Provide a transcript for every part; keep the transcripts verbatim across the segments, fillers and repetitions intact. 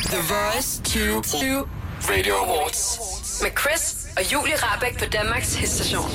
The Voice tyve Radio Awards. Med Chris og Julie Rahbek på Danmarks hitstation.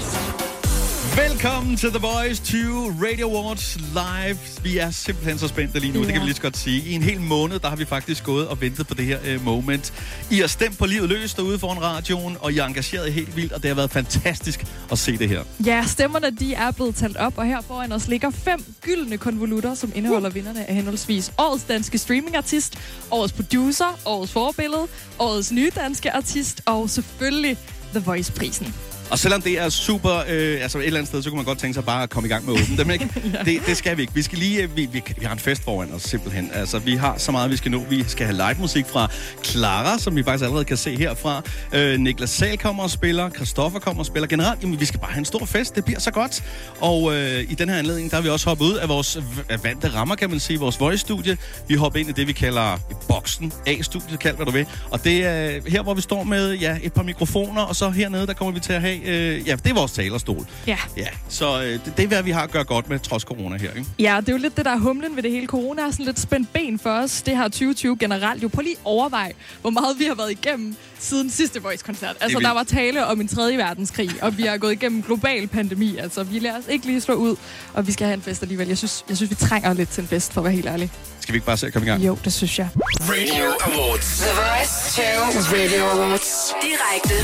Velkommen til The Voice tyve Radio Awards live. Vi er simpelthen så spændte lige nu, yeah. Det kan vi lige så godt sige. I en hel måned, der har vi faktisk gået og ventet på det her uh, moment. I har stemt på livet løs derude foran radioen, og I er engageret helt vildt, og det har været fantastisk at se det her. Ja, stemmerne de er blevet talt op, og her foran os ligger fem gyldne konvolutter, som indeholder uh. vinderne af henholdsvis Årets danske streamingartist, Årets producer, Årets forbillede, Årets nye danske artist, og selvfølgelig The Voice-prisen. Og selvom det er super, øh, altså et eller andet sted, så kunne man godt tænke sig bare at komme i gang med at åbne dem, ikke? ja. det, det skal vi ikke. Vi skal lige, vi, vi, vi har en fest foran os, simpelthen. Altså, vi har så meget, vi skal nå. Vi skal have live musik fra Clara, som vi faktisk allerede kan se herfra. Øh, Niklas Sahl kommer og spiller, Christoffer kommer og spiller. Generelt, jamen, vi skal bare have en stor fest. Det bliver så godt. Og øh, i den her anledning, der har vi også hoppet ud af vores vante rammer, kan man sige, vores Voice-studie. Vi hopper ind i det, vi kalder boksen, A-studiet, kald hvad du vil. Og det er her, hvor vi står med ja, et par mikrofoner, og så hernede, der kommer vi til at have Øh, ja, det er vores talerstol. Ja. ja så øh, det, det er, hvad vi har at gøre godt med, trods corona her, ikke? Ja, det er jo lidt det, der er humlen ved det hele. Corona er sådan lidt spændt ben for os. Det her tyve tyve generelt. Jo, prøv lige overvej, hvor meget vi har været igennem siden sidste Voice-koncert. Altså, der var tale om en tredje verdenskrig, og vi har gået igennem global pandemi. Altså, vi lader os ikke lige slå ud, og vi skal have en fest alligevel. Jeg synes, jeg synes vi trænger lidt til en fest, for at være helt ærlig. Skal vi ikke bare se at komme i gang? Jo, det synes jeg. Radio Awards. The Voice tyve Radio Awards. Direkte.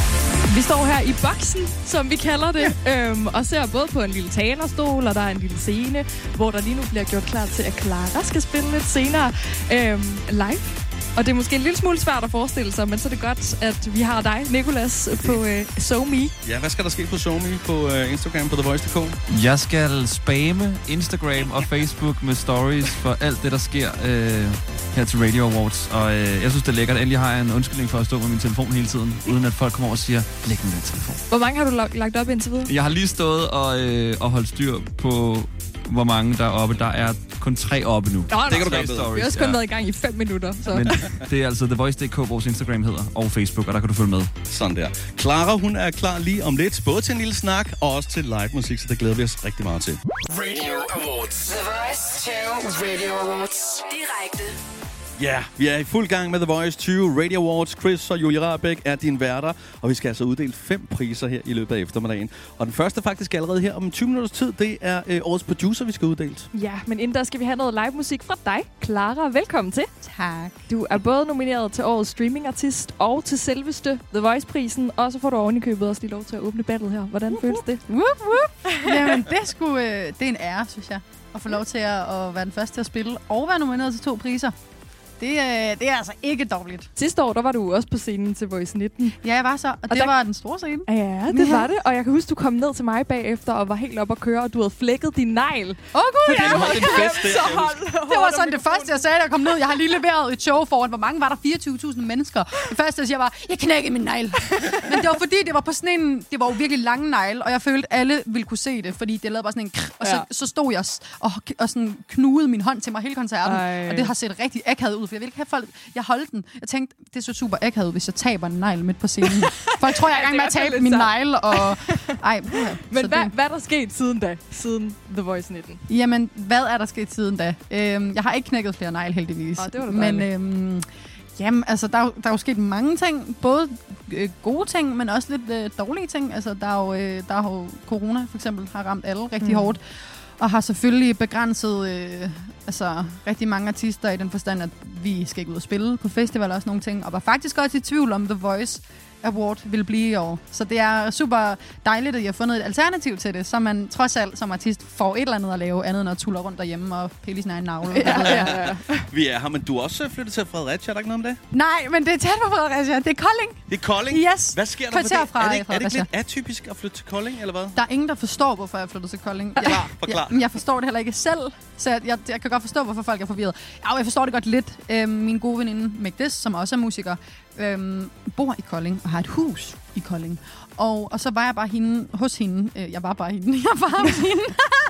Vi står her i boksen, som vi kalder det, ja. øhm, og ser både på en lille talerstol, og der er en lille scene, hvor der lige nu bliver gjort klar til, at Clara skal spille lidt senere øhm, live. Og det er måske en lille smule svært at forestille sig, men så er det godt, at vi har dig, Nicolas, på øh, SoMe. Ja, hvad skal der ske på SoMe på øh, Instagram på The Voice punktum d k? Jeg skal spamme Instagram og Facebook med stories for alt det, der sker øh, her til Radio Awards. Og øh, jeg synes, det er lækkert. Endelig har jeg en undskyldning for at stå med min telefon hele tiden, uden at folk kommer over og siger, læg nu den telefon. Hvor mange har du lagt op indtil videre? Jeg har lige stået og, øh, og holdt styr på, hvor mange der er oppe. Der er kun tre oppe nu. Nå, det kan du gøre bedre. Vi har også kun ja. været i gang i fem minutter. Så. Men det er altså The Voice punktum d k, vores Instagram hedder, og Facebook, og der kan du følge med. Sådan der. Clara, hun er klar lige om lidt, både til en lille snak og også til live musik, så det glæder vi os rigtig meget til. Radio Awards. The Voice tyve Radio Awards. Direkte. Ja, yeah, vi er i fuld gang med The Voice tyve Radio Awards. Chris og Julie Rahbek er dine værter, og vi skal altså uddele fem priser her i løbet af eftermiddagen. Og den første faktisk allerede her om tyve minutters tid, det er øh, årets producer, vi skal uddele. Ja, men inden der skal vi have noget live musik fra dig, Clara. Velkommen til. Tak. Du er både nomineret til årets streamingartist og til selveste The Voice-prisen, og så får du oven i købet også lige lov til at åbne ballet her. Hvordan uh-huh. føles det? Whoop, whoop. Jamen, det er, sgu, øh, det er en ære, synes jeg, at få lov til at, at være den første til at spille og være nomineret til to priser. Det, øh, det er altså ikke dårligt. Sidste år, der var du også på scenen til Voice nitten. Ja, jeg var så, og, og det der... var den store scene. Ja, det var det. Og jeg kan huske, du kom ned til mig bagefter og var helt op at køre, og du havde flækket din negl. Åh, oh, gud, ja. Det var, en fest, det, hold, det var sådan det første, jeg sagde, da jeg kom ned. Jeg har lige leveret et show foran. Hvor mange var der? fireogtyve tusind mennesker. Det første, jeg siger, var, jeg knækkede min negl. Men det var fordi, det var på sådan en, det var jo virkelig lange negl, og jeg følte, alle ville kunne se det, fordi det lavede bare sådan en krr, og så, ja. så stod jeg og, og sådan knugede min hånd til mig hele koncerten. Ej. Og det har set rigtig akavet ud, for jeg ville ikke have folk. Jeg holdt den. Jeg tænkte, det er så super akavet, hvis jeg taber en negl midt på scenen. Folk tror, jeg er i gang med at tabe min negl, og... Ej, puha. Men hvad, hvad er der sket siden da? Siden The Voice nitten? Jamen, hvad er der sket siden da? Øhm, jeg har ikke knækket flere negl, heldigvis. Åh, det var da men øhm, jamen, altså, der er, der er jo sket mange ting. Både øh, gode ting, men også lidt øh, dårlige ting. Altså, der er jo, øh, der er jo corona, for eksempel, har ramt alle rigtig mm. hårdt. Og har selvfølgelig begrænset øh, altså, rigtig mange artister i den forstand, at vi skal ikke ud og spille på festival og også nogle ting. Og var faktisk også i tvivl om The Voice Award vil blive i år. Så det er super dejligt, at I har fundet et alternativ til det, så man trods alt som artist får et eller andet at lave, andet end at tulle rundt derhjemme og pille i sin egen navle. Ja, ja, ja. Vi er her, men du er også flyttet til Fredericia, er der ikke noget om det? Nej, men det er tæt på Fredericia. Det er Kolding. Det er Kolding? Yes. Hvad sker der for det? Fra er, det ikke, er det ikke lidt atypisk at flytte til Kolding, eller hvad? Der er ingen, der forstår, hvorfor jeg flyttede til Kolding. Ja, forklar. Jeg, jeg forstår det heller ikke selv, så jeg, jeg, jeg kan godt forstå, hvorfor folk er forvirret. Ja, jeg forstår det godt lidt. Øhm, min gode veninde, Magdes, som også er musiker, øhm, bor i Kolding og har et hus i Kolding. Og, og så var jeg bare hende, hos hende. Øh, jeg var bare hende. Jeg var hos hende.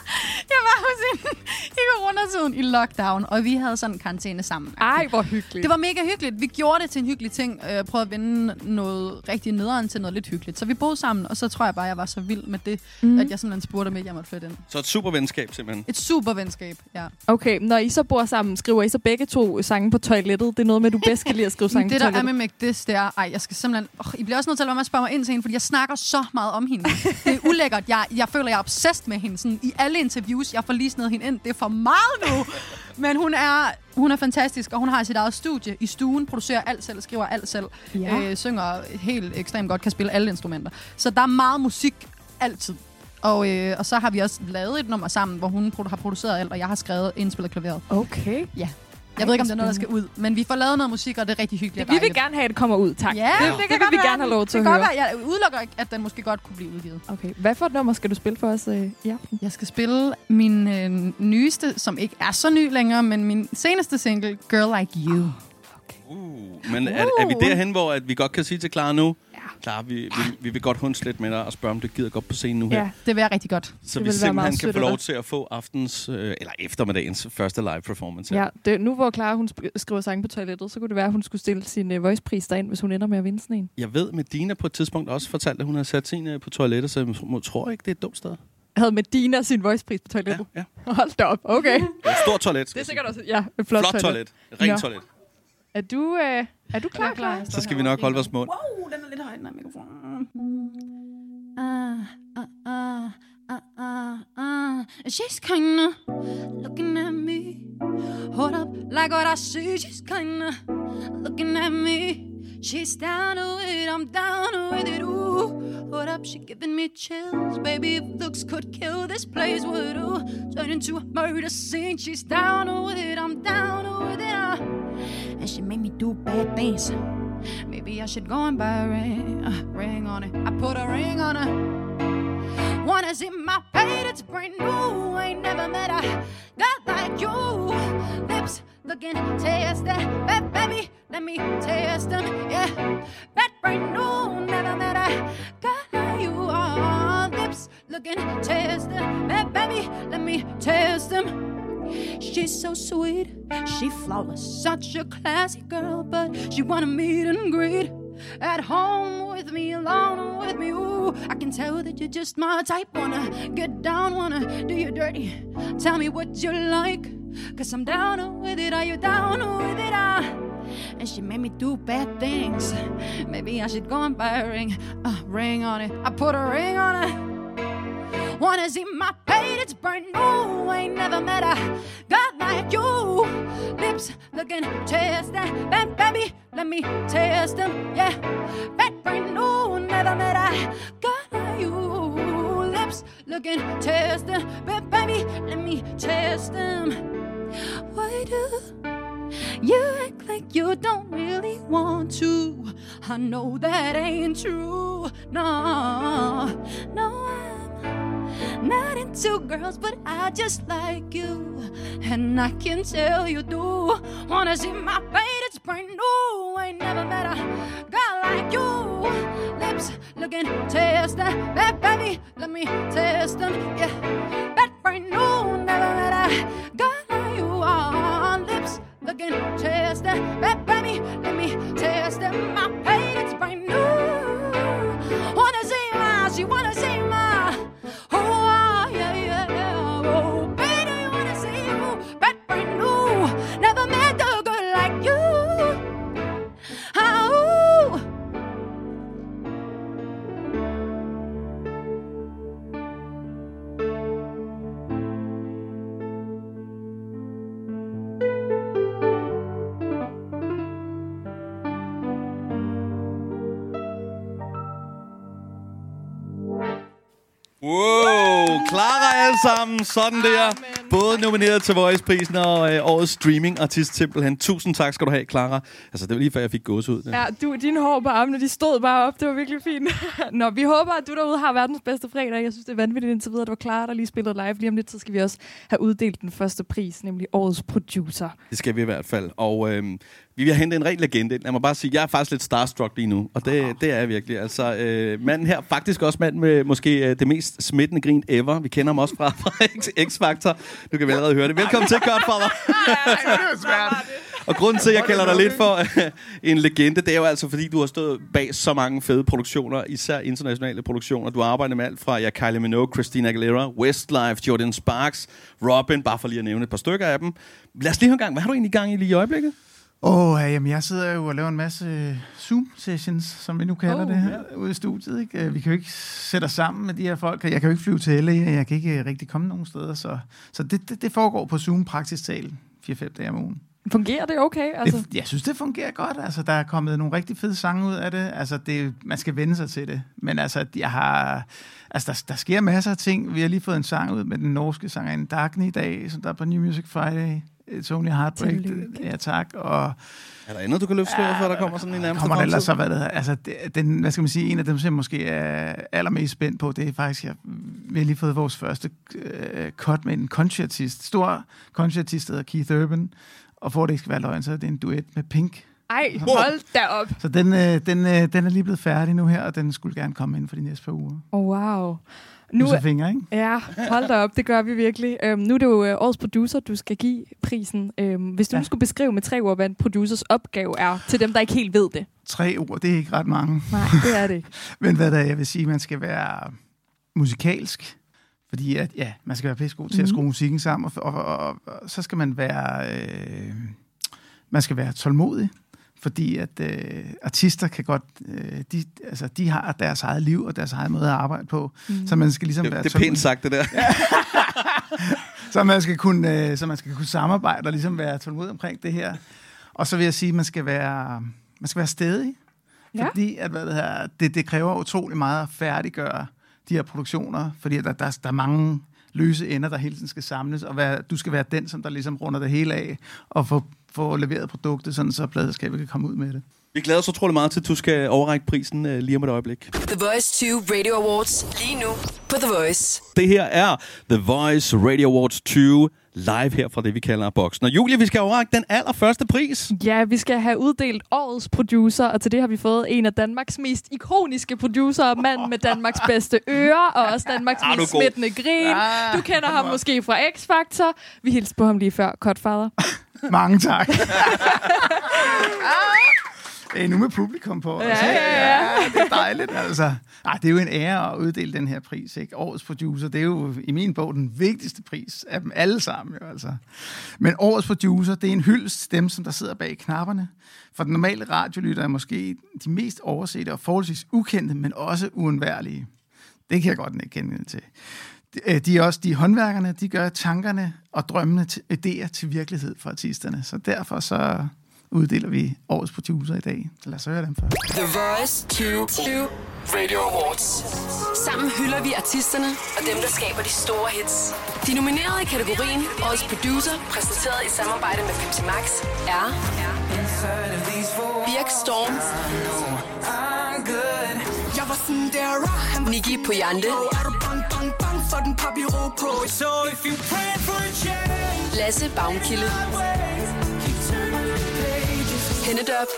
Jeg var hos hende i coronatiden i lockdown, og vi havde sådan en karantæne sammen. Ej, hvor hyggeligt. Det var mega hyggeligt. Vi gjorde det til en hyggelig ting. Øh, prøvede at vende noget rigtig nederen til noget lidt hyggeligt. Så vi boede sammen, og så tror jeg bare, jeg var så vild med det, mm. at jeg simpelthen spurgte, om ikke jeg måtte flytte ind. Så et super venskab, simpelthen. Et super venskab, ja. Okay, når I så bor sammen, skriver I så begge to sange på toilettet? Det er noget med, du bedst kan lide at skrive sange det, på der toilettet. er med Meg, det er, ej, jeg skal simpelthen... Oh, I bliver også nødt til at være med at spørge mig ind til hende, fordi jeg snakker så meget om hende. Det er ulækkert. Jeg, jeg føler, jeg er obsessed med hende. Sådan, i alle interviews, jeg får lige snedet hende ind. Det er for meget nu. Men hun er, hun er fantastisk, og hun har sit eget studie i stuen, producerer alt selv, skriver alt selv, ja. øh, synger helt ekstremt godt, kan spille alle instrumenter. Så der er meget musik altid. Og, øh, og så har vi også lavet et nummer sammen, hvor hun produ- har produceret alt, og jeg har skrevet indspillet klaveret. Okay. Ja. Jeg ved ikke, om det er noget, der skal ud, men vi får lavet noget musik, og det er rigtig hyggeligt. Vi vil gerne have, at det kommer ud, tak. Ja, det, det, det, kan det vil vi være. gerne have lov til det at høre. Være. Jeg udelukker ikke, at den måske godt kunne blive udgivet. Okay. Hvad for et nummer skal du spille for os øh, i aften? Jeg skal spille min øh, nyeste, som ikke er så ny længere, men min seneste single, Girl Like You. Uh, men er, er vi derhen, hvor at vi godt kan sige til Clara nu? Ja. Clara, vi, vi, vi vil godt hunds lidt med dig og spørge, om du gider godt på scenen nu her. Ja, det vil jeg rigtig godt. Så det vi simpelthen kan få lov til at få aftens, øh, eller eftermiddagens første live performance. Ja, det, nu hvor Clara hun sk- skriver sange på toilettet, så kunne det være, at hun skulle stille sin uh, voicepris derind, hvis hun ender med at vinde sådan en. Jeg ved, Medina på et tidspunkt også fortalte, at hun har sat sin uh, på toilettet, så jeg må, tror ikke, det er et dumt sted. Havde Medina sin voicepris på toilettet? Ja, ja. Hold da op, okay. Det er et stort toilet. Det er sikkert også, ja, et flot, flot toilet. toilet. Rent Ja. toilet. Er du, øh, er du klar, klar? Så skal vi nok holde vores mund. Wow, den er lidt høj, den her mikrofon. Uh, uh, uh, uh, uh, uh. She's kinda looking at me. Hold up, like what I see. She's kinda looking at me. She's down with it, I'm down with it, ooh. Hold up, she giving me chills. Baby, if looks could kill, this place would, ooh. Turn into a murder scene. She's down with it, I'm down with it, uh. And she made me do bad things. Maybe I should go and buy a ring, a ring on it. I put a ring on her. Wanna see my fate, it's brand new. Ain't never met a girl like you. Lips looking tasty, but baby, let me taste them, yeah. That brand new, never met a girl like you. Oh, lips looking tasty, but baby, let me taste them. She's so sweet, she flawless, such a classy girl, but she wanna meet and greet. At home with me, alone with me, ooh. I can tell that you're just my type. Wanna get down, wanna do you dirty. Tell me what you like, cause I'm down with it. Are you down with it? Ah. And she made me do bad things. Maybe I should go and buy a ring, a ring on it. I put a ring on it. Wanna see my fate, it's brand new. Ain't never met a girl like you. Lips looking tasty, but baby, let me taste them, yeah. That brand new, never met a girl like you. Lips looking tasty, but baby, let me taste them. Why do you act like you don't really want to? I know that ain't true, no, no, I'm not into girls, but I just like you. And I can tell you do. Wanna see my fate, it's brand new. Ain't never met a girl like you. Lips looking tasty, but baby, let me taste them, yeah. That brand new, never met a girl like you. Oh, lips looking tasty, but baby, let me taste them. My fate, it's brand new. Wanna see my, she wanna see my. Oh, yeah, yeah, yeah. Oh, baby, wanna see you. But brand new. Never met a girl like you. Oh. Wow, Clara alle sammen, sådan der. Amen. Både nomineret til Voice-prisen og øh, årets streaming-artist simpelthen. Tusind tak skal du have, Clara. Altså, det var lige før, jeg fik gåsehud. Ja, du, dine hår på armene, de stod bare op. Det var virkelig fint. Nå, vi håber, at du derude har verdens bedste fredag. Jeg synes, det er vanvittigt indtil videre. Det var Clara, der lige spillede live. Lige om lidt, så skal vi også have uddelt den første pris, nemlig årets producer. Det skal vi i hvert fald. Og øh, vi vil hente en ren legende. Lad mig bare sige, jeg er faktisk lidt starstruck lige nu. Og det, det er jeg virkelig. Altså, øh, manden her, faktisk også mand med måske øh, det mest smittende grin ever. Vi kender ham også fra, fra X-Factor. Du kan vel allerede høre det. Velkommen til, Godfather. Og grunden til, at jeg kalder dig lidt for øh, en legende, det er jo altså, fordi du har stået bag så mange fede produktioner, især internationale produktioner. Du har arbejdet med alt fra ja, Kylie Minogue, Christina Aguilera, Westlife, Jordan Sparks, Robin, bare for lige at nævne et par stykker af dem. Lad os lige høre en gang. Hvad har du egentlig i gang i lige i øjeblikket? Åh, oh, jamen jeg sidder jo og laver en masse Zoom-sessions, som vi nu kalder oh, det her, yeah. ude i studiet. Ikke? Vi kan jo ikke sætte os sammen med de her folk. Jeg kan jo ikke flyve til L A, jeg kan ikke rigtig komme nogen steder. Så, så det, det, det foregår på Zoom praktisk talt fire fem dage om ugen. Fungerer det okay? Altså? Det, jeg synes, det fungerer godt. Altså, der er kommet nogle rigtig fede sange ud af det. Altså, det, man skal vende sig til det. Men altså, jeg har, altså der, der sker masser af ting. Vi har lige fået en sang ud med den norske sangerinde Dagny i dag, som der er på New Music Friday. It's Only Heartbreak. Ja, tak. Og er der andet, du kan løfte sløret ja, for, der kommer sådan en nærmeste kommer ellers så, hvad det altså, det, den, hvad skal man sige, en af dem, som jeg måske er allermest spændt på, det er faktisk, jeg, vi har lige fået vores første uh, cut med en countryartist, stor countryartist, der hedder Keith Urban, og for det ikke skal være løgn, så er det en duet med Pink. Ej, hold da op. Så den, øh, den, øh, den er lige blevet færdig nu her, og den skulle gerne komme ind for de næste par uger. Oh, wow. Nu er fingre, ikke? Ja, hold da op, det gør vi virkelig. Øhm, nu er det jo øh, årets producer, du skal give prisen. Øhm, hvis du ja. nu skulle beskrive med tre ord, hvad en producers opgave er, til dem, der ikke helt ved det. Tre ord, det er ikke ret mange. Nej, det er det ikke. Men hvad der jeg vil sige, man skal være musikalsk. Fordi at, ja, man skal være pissegod til mm-hmm. at skrue musikken sammen, og, og, og, og så skal man være, øh, man skal være tålmodig, fordi at øh, artister kan godt, øh, de, altså, de har deres eget liv og deres eget måde at arbejde på, mm. så man skal ligesom det, være det er pænt sagt, det der. så, man skal kunne, øh, så man skal kunne samarbejde og ligesom være tålmodig omkring det her. Og så vil jeg sige, at man skal være, man skal være stædig, ja. fordi at, hvad det, her, det, det kræver utrolig meget at færdiggøre de her produktioner, fordi der, der, der er mange løse ender, der hele tiden skal samles, og være, du skal være den, som der ligesom runder det hele af, og få, få leveret produktet, sådan så pladeskabet kan komme ud med det. Vi glæder os utrolig meget til, at du skal overrække prisen uh, lige om et øjeblik. The Voice tyve Radio Awards, lige nu på The Voice. Det her er The Voice Radio Awards tyve, live her fra det, vi kalder Boksen. Og Julie, vi skal overrække den allerførste pris. Ja, vi skal have uddelt årets producer, og til det har vi fået en af Danmarks mest ikoniske producer, mand med Danmarks bedste ører, og også Danmarks ah, mest smittende grin. Ah, du kender ham måske fra X-Factor. Vi hilste på ham lige før, Godfather. Mange tak. Hey, nu med publikum på. Ja, ja, ja. ja, det er dejligt, altså. Ej, det er jo en ære at uddele den her pris, ikke? Årets producer, det er jo i min bog den vigtigste pris af dem alle sammen, jo, altså. Men årets producer, det er en hyldest til dem, som der sidder bag knapperne. For den normale radiolytter er måske de mest oversete og forholdsvis ukendte, men også uundværlige. Det kan jeg godt ikke kende til. De er også de håndværkerne, de gør tankerne og drømmene til idéer til virkelighed for artisterne. Så derfor så uddeler vi årets producer i dag. Så lad os høre dem først. The Voice tyve Radio Awards. Sammen hylder vi artisterne og dem, der skaber de store hits. De nominerede i kategorien Årets Producer, præsenteret i samarbejde med Pepsi Max, er Birk Storm, Nicki Poyante, Lasse Baunkilde, Hennedop,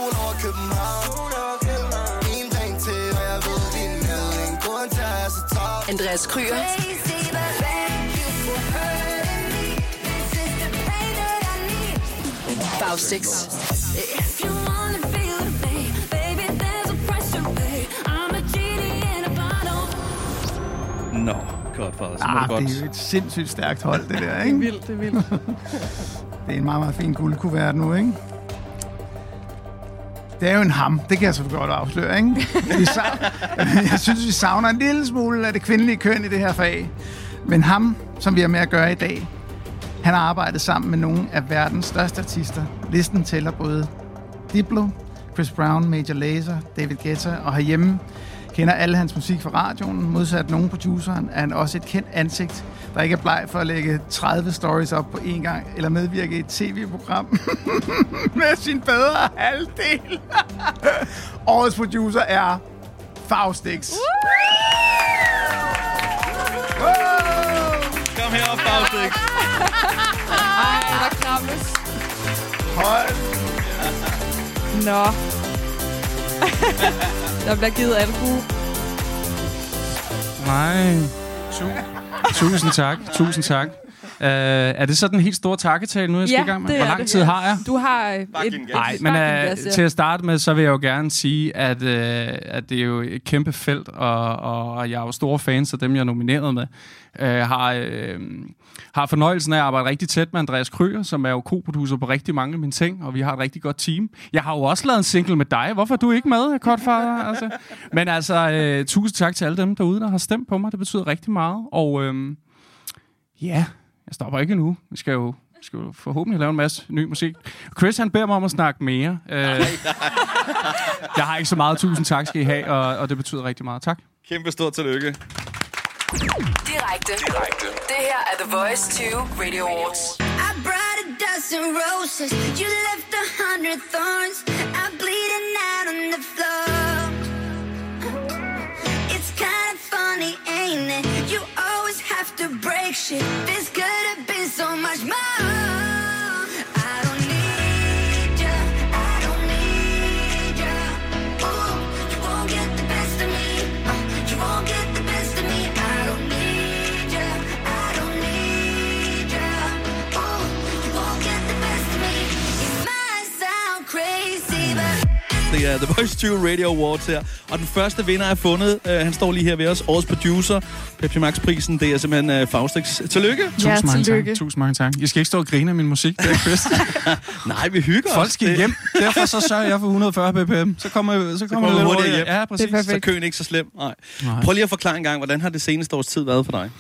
Andreas Kryger, Faustix, Nå, godt for os. Ah, det er jo et sindssygt stærkt hold, det der, ikke? Det er vildt, det er vildt. Det er en meget, meget fin guldkuvert nu, ikke? Det er jo en ham. Det kan jeg så godt afsløre, ikke? Vi jeg synes, vi savner en lille smule af det kvindelige køn i det her fag. Men ham, som vi har med at gøre i dag, han har arbejdet sammen med nogle af verdens største artister. Listen tæller både Diplo, Chris Brown, Major Lazer, David Guetta og herhjemme kender alle hans musik fra radioen. Modsat nogle produceren er han også et kendt ansigt, der ikke er bleg for at lægge tredive stories op på én gang, eller medvirke i et tv-program med sin bedre halvdel. Årets producer er Faustix. Kom herop, Faustix. Ej, der krammes. Hold. Nå. Der bliver givet albu. Nej. Tusind tak. Tusind tak. Uh, er det så den helt store takketale nu, jeg skal Ja, i gang med? det Hvor er lang det. tid har jeg? Du har øh, et... Nej, men uh, til at starte med, så vil jeg jo gerne sige, at, uh, at det er jo et kæmpe felt, og, og jeg er jo store fans af dem, jeg er nomineret med. Uh, har, uh, har fornøjelsen af at arbejde rigtig tæt med Andreas Krøger, som er jo co-producer på rigtig mange af mine ting, og vi har et rigtig godt team. Jeg har jo også lavet en single med dig. Hvorfor er du ikke med, Godfather? Altså. Men altså, uh, tusind tak til alle dem derude, der har stemt på mig. Det betyder rigtig meget. Og uh, ja... Jeg stopper ikke endnu. Vi skal jo, vi skal jo forhåbentlig lave en masse ny musik. Chris, han beder mig om at snakke mere. Uh, jeg har ikke så meget. Tusind tak skal I have, og, og det betyder rigtig meget. Tak. Kæmpe stort tillykke. Direkte. Direkte. Det her er The Voice to Radio Awards. I brought a dozen roses. You left a hundred thorns. I'm bleeding out on the floor. It's kind of funny, ain't it? You always have to break shit. This could have been so much more. I don't need ya. I don't need ya. Ooh, you won't get the best of me. Uh, you won't get the best of me. I don't need ya. I don't need ya. Ooh, you won't get the best of me. It might sound crazy, but Det er The Voice tyve Radio Awards her. Og den første vinder er fundet. Uh, han står lige her ved os. Årets producer. Pepsi Max-prisen. Det er simpelthen uh, Faustix. Tillykke. Ja, Tusind mange tillykke. tak. Tusind mange tak. I skal ikke stå og grine af min musik, det er Chris. Nej, vi hygger os. Folk skal Det- hjem. Derfor så sørger jeg for et hundrede og fyrre bpm. Så kommer, så kommer kommer det hurtigt hurtigt hjem. Ja, præcis. Det er perfekt. Så køen ikke så slem. Nej. Nej. Prøv lige at forklare en gang, hvordan har det seneste års tid været for dig?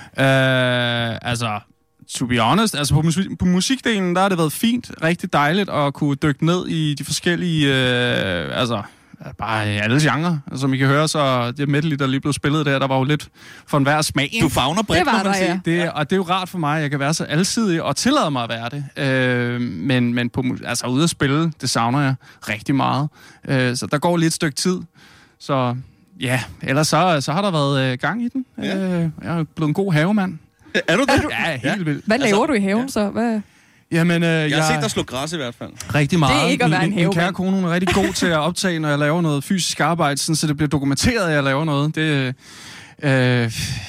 Uh, altså, to be honest, altså på, musik, på musikdelen, der har det været fint, rigtig dejligt at kunne dykke ned i de forskellige, uh, altså bare alle genrer. Som I kan høre, så det medley, der lige blev spillet der, der var jo lidt for enhver smag. Du favner bredt, Det var må man der, sige. ja. Det, og det er jo rart for mig, at jeg kan være så alsidig og tillade mig at være det. Øh, men men på, altså, ude at spille, det savner jeg rigtig meget. Øh, så der går lidt et stykke tid. Så ja, ellers så, så har der været øh, gang i den. Ja. Øh, jeg er blevet en god havemand. Er du det? Ja, helt Ja. vildt. Hvad laver Altså, du i haven ja. så? Hvad? Jamen, øh, jeg, Jeg har set dig slå græs i hvert fald. rigtig meget. Det er ikke at være min, en min, min kære havemand. kone, hun er rigtig god til at optage, når jeg laver noget fysisk arbejde, sådan, så det bliver dokumenteret, at jeg laver noget. Det, øh, ja,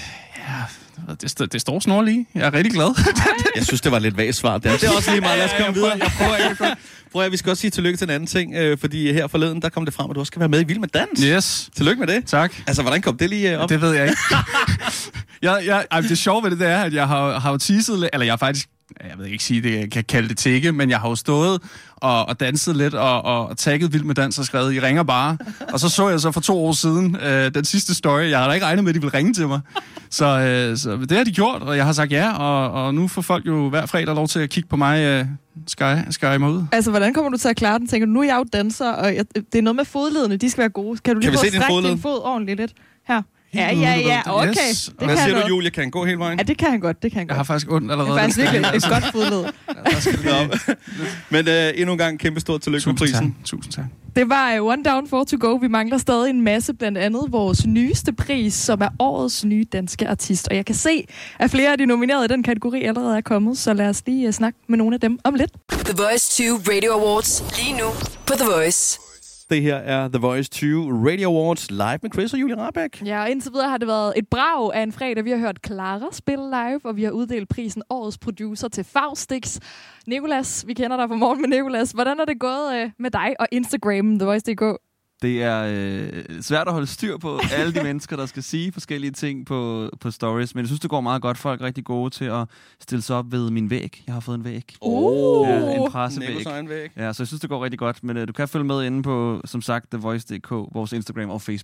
det, st- det står snor lige. Jeg er rigtig glad. Jeg synes, det var lidt vagt svar. Det er også lige meget. Lad os Ja, ja, komme jeg videre. Jeg prøver ikke. Prøv at vi skal også sige tillykke til en anden ting, øh, fordi her forleden, der kom det frem, at du også skal være med i Vild med Dans. Yes. Tillykke med det. Tak. Altså, hvordan kom det lige øh, op? Det ved jeg ikke. jeg, jeg, ej, det sjove ved det, det er, at jeg har, har jo teaset lidt, eller jeg har faktisk, jeg ved ikke sige det, jeg kan kalde det tække, men jeg har jo stået og, og danset lidt og, og tagget Vild med Dans og skrevet, I ringer bare. Og så så jeg så for to år siden øh, den sidste story. Jeg havde da ikke regnet med, at de ville ringe til mig. Så, øh, så det har de gjort, og jeg har sagt ja, og, og nu får folk jo hver fredag lov til at kigge på mig. Øh, skal, jeg, skal jeg mig ud? Altså, hvordan kommer du til at klare den? Tænker du, nu er jeg jo danser, og jeg, det er noget med fodledene, de skal være gode. Kan du lige Kan vi prøve se at din strække fodled? din fod ordentligt lidt? Her. Ja, Helt ja, ude, ja, du ved. okay. Yes. Det Hvad kan siger noget. du, Julie? Kan han gå hele vejen? Ja, det kan han godt, det kan han Jeg har godt. faktisk ondt allerede. Det er faktisk virkelig et godt fodled. Nå. Men øh, endnu en gang kæmpe stort tillykke med Tusind tak. prisen. Tusind tak. Det var uh, One Down, Four to Go. Vi mangler stadig en masse, blandt andet vores nyeste pris, som er årets nye danske artist. Og jeg kan se, at flere af de nominerede i den kategori allerede er kommet, så lad os lige uh, snakke med nogle af dem om lidt. The Voice tyve Radio Awards. Lige nu på The Voice. Det her er The Voice tyve Radio Awards live med Chris og Julie Rabeck. Ja, og indtil videre har det været et brag af en fredag. Vi har hørt Clara spille live, og vi har uddelt prisen årets producer til Faustix. Nicolas, vi kender dig fra morgen med Nicolas. Hvordan er det gået øh, med dig og Instagram, The Voice punktum d k? Det er øh, svært at holde styr på alle de mennesker, der skal sige forskellige ting på, på stories. Men jeg synes, det går meget godt. Folk er rigtig gode til at stille sig op ved min væg. Jeg har fået en væg. Oh, Ja, en pressevæg. Nicolas egen væg. Ja, så jeg synes, det går rigtig godt. Men øh, du kan følge med inde på, som sagt, The Voice punktum d k, vores Instagram og Facebook.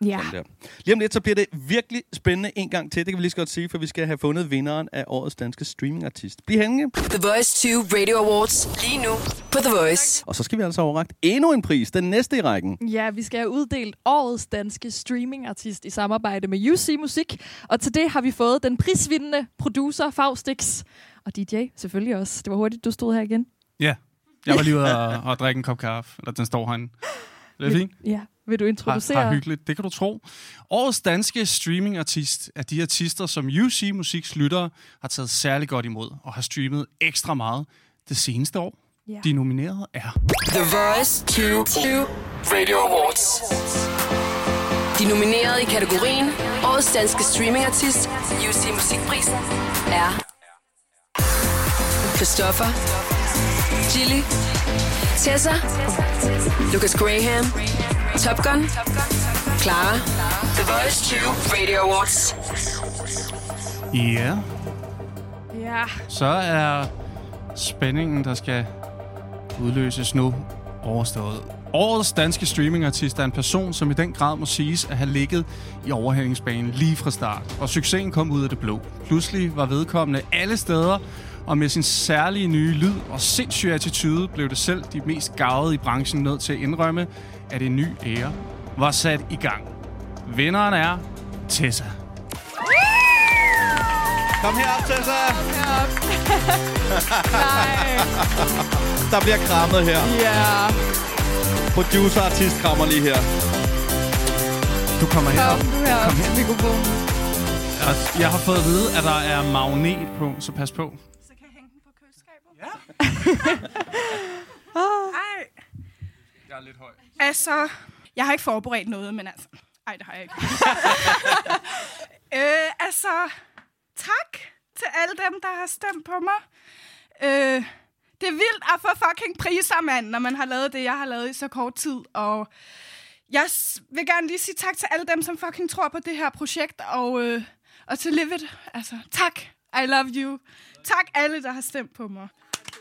Ja. Der. Lige om lidt, så bliver det virkelig spændende en gang til. Det kan vi lige så godt sige, for vi skal have fundet vinderen af årets danske streamingartist. Bliv hængende. The Voice to Radio Awards. Lige nu på The Voice. Og så skal vi altså overrakt endnu en pris. Den næste i rækken. Ja, vi skal have uddelt årets danske streamingartist i samarbejde med U C Musik. Og til det har vi fået den prisvindende producer Faustix. Og D J selvfølgelig også. Det var hurtigt, du stod her igen. Ja, jeg var lige ude og, og drikke en kop kaffe. Eller den står herinde. Det er vil, fint. Ja, vil du introducere? Har, har hyggeligt, det kan du tro. Årets danske streamingartist er de artister, som U C Musiks lyttere har taget særlig godt imod og har streamet ekstra meget det seneste år. Ja. De nominerede er The Voice to Radio Awards. De nominerede i kategorien Årets danske streamingartist U C Musikprisen er Christoffer, Chili, Tessa, Lucas Graham, Top Gun, Clara. The Voice to Radio Awards. Ja. Ja. Så er spændingen, der skal udløses nu, overstået. Årets danske streamingartist er en person, som i den grad må siges at have ligget i overhældingsbanen lige fra start. Og succesen kom ud af det blå. Pludselig var vedkommende alle steder, og med sin særlige nye lyd og sindssyge attitude blev det selv de mest gavede i branchen nødt til at indrømme, at en ny ære var sat i gang. Vinderen er Tessa. Kom herop, Tessa! Kom herop. Nej. Der bliver krammet her. Ja. Producer-artist krammer lige her. Du kommer herop. Kom, du herop. Kom her. Mikrofon. Jeg, jeg har fået at vide, at der er magnet på, så pas på. Så kan jeg hænge den på køleskabet? Ja. Ej. Jeg er lidt høj. Altså, jeg har ikke forberedt noget, men altså... Ej, det har jeg ikke. øh, altså, tak til alle dem, der har stemt på mig. Øh, det er vildt at få fucking priser, mand, når man har lavet det, jeg har lavet i så kort tid. Og jeg vil gerne lige sige tak til alle dem, som fucking tror på det her projekt. Og, øh, og til Live It. Altså, tak. I love you. Tak alle, der har stemt på mig.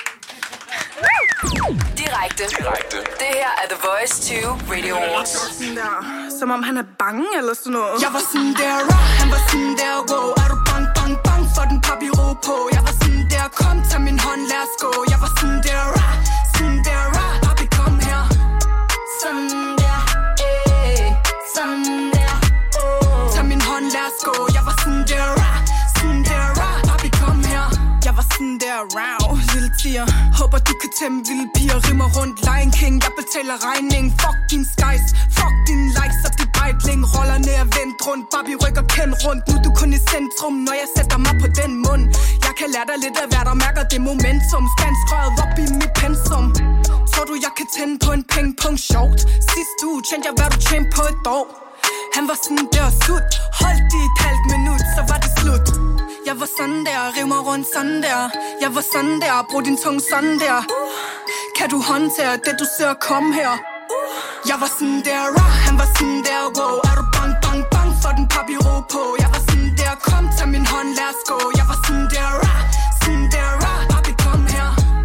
Direkte. Direkte. Det her er The Voice to Radio Awards. Som om han er bange eller sådan noget. Jeg var sådan der, han var sådan der, wow. Er du bang, bang, bang for den papiro på? Jeg var sådan der, kom, tag min hånd, lad os gå. Jeg var sådan der, sådan der, papi, kom her. Sådan der, eh, sådan der, oh. Tag min hånd, lad os gå. Jeg var sådan der, sådan der, papi, kom her. Jeg var sådan der, wow, lille tiger. Håber du kan tæmme vilde piger. Rimmer rundt, Lion King. Jeg betaler regning. Fuck din skies, fuck din likes og dit bejtling. Rollerne er vendt rundt, Barbie rykker kendt rundt. Nu er du kun i centrum, når jeg sætter mig på den mund. Jeg kan lære dig lidt af hvad der mærker det momentum. Spansk røret op i mit pensum. Tror du jeg kan tænde på en pengpong sjovt? Sidste uge tjente jeg hvad du tjente på et år. Han var sådan der sut. Holdt i et halvt minut, så var det slut. Jeg var sådan der, riv mig rundt sådan der. Jeg var sådan der, brug din tunge sådan der. Kan du håndtere det, du ser komme her? Jeg var sådan der, han var sådan der, wow. Er du bang, bang, bang for den papiro på? Jeg var sådan der, kom, tag min hånd, lad os gå. Jeg var sådan der, sådan der, papi, kom her.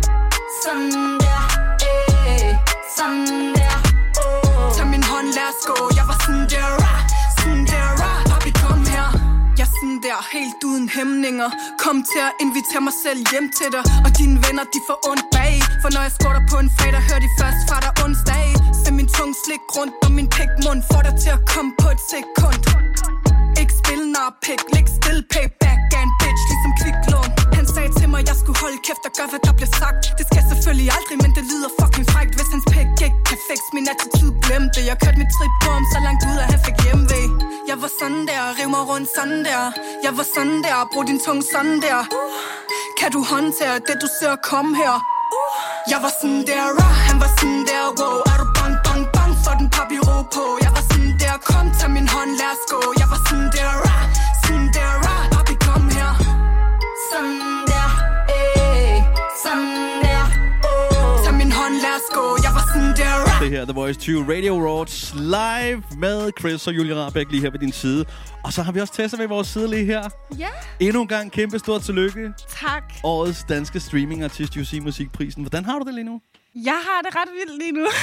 Sådan der, eh, sådan der, oh. Tag min hånd, lad os gå. Jeg var sådan der, sådan der, papi, kom her. Jeg sådan der, helt uden hæmninger. Kom til at invitere mig selv hjem til dig. Og dine venner, de får ondt bag. For når jeg skårter på en fredag, hører de først fra dig onsdag. Se min tung slik rundt om min pikmund. Får dig til at komme på et sekund. Ikke spil nar pik, lig still, payback af en bitch, ligesom kviklån. Han sagde til mig, jeg skulle holde kæft og gøre, hvad der bliver sagt. Det skal jeg selvfølgelig aldrig, men det lyder fucking frækt. Hvis hans pik ikke kan fix min attitude, glem det. Jeg kørte mit trip på ham så langt ud, at han fik hjemvej. Jeg var sådan der, riv mig rundt sådan der. Jeg var sådan der, brug din tunge sådan der. Kan du håndtere det, du ser komme her? Jeg var sådan der, han var sådan der, wow. Er du bang, bang, bang for den papiro på? Jeg var sådan der, kom, tag min hånd, lad os gå. Jeg var sådan der, sådan der, papi, kom her. Sådan der, eh, sådan der, oh. Tag min hånd, lad os gå. Jeg var sådan der. Det her The Voice tyve Radio Awards live med Chris og Julie Rahbek lige her ved din side. Og så har vi også Tessa ved vores side lige her. Ja. Endnu en gang kæmpe stort tillykke. Tak. Årets danske streamingartist U C Musikprisen. Hvordan har du det lige nu? Jeg har det ret vildt lige nu.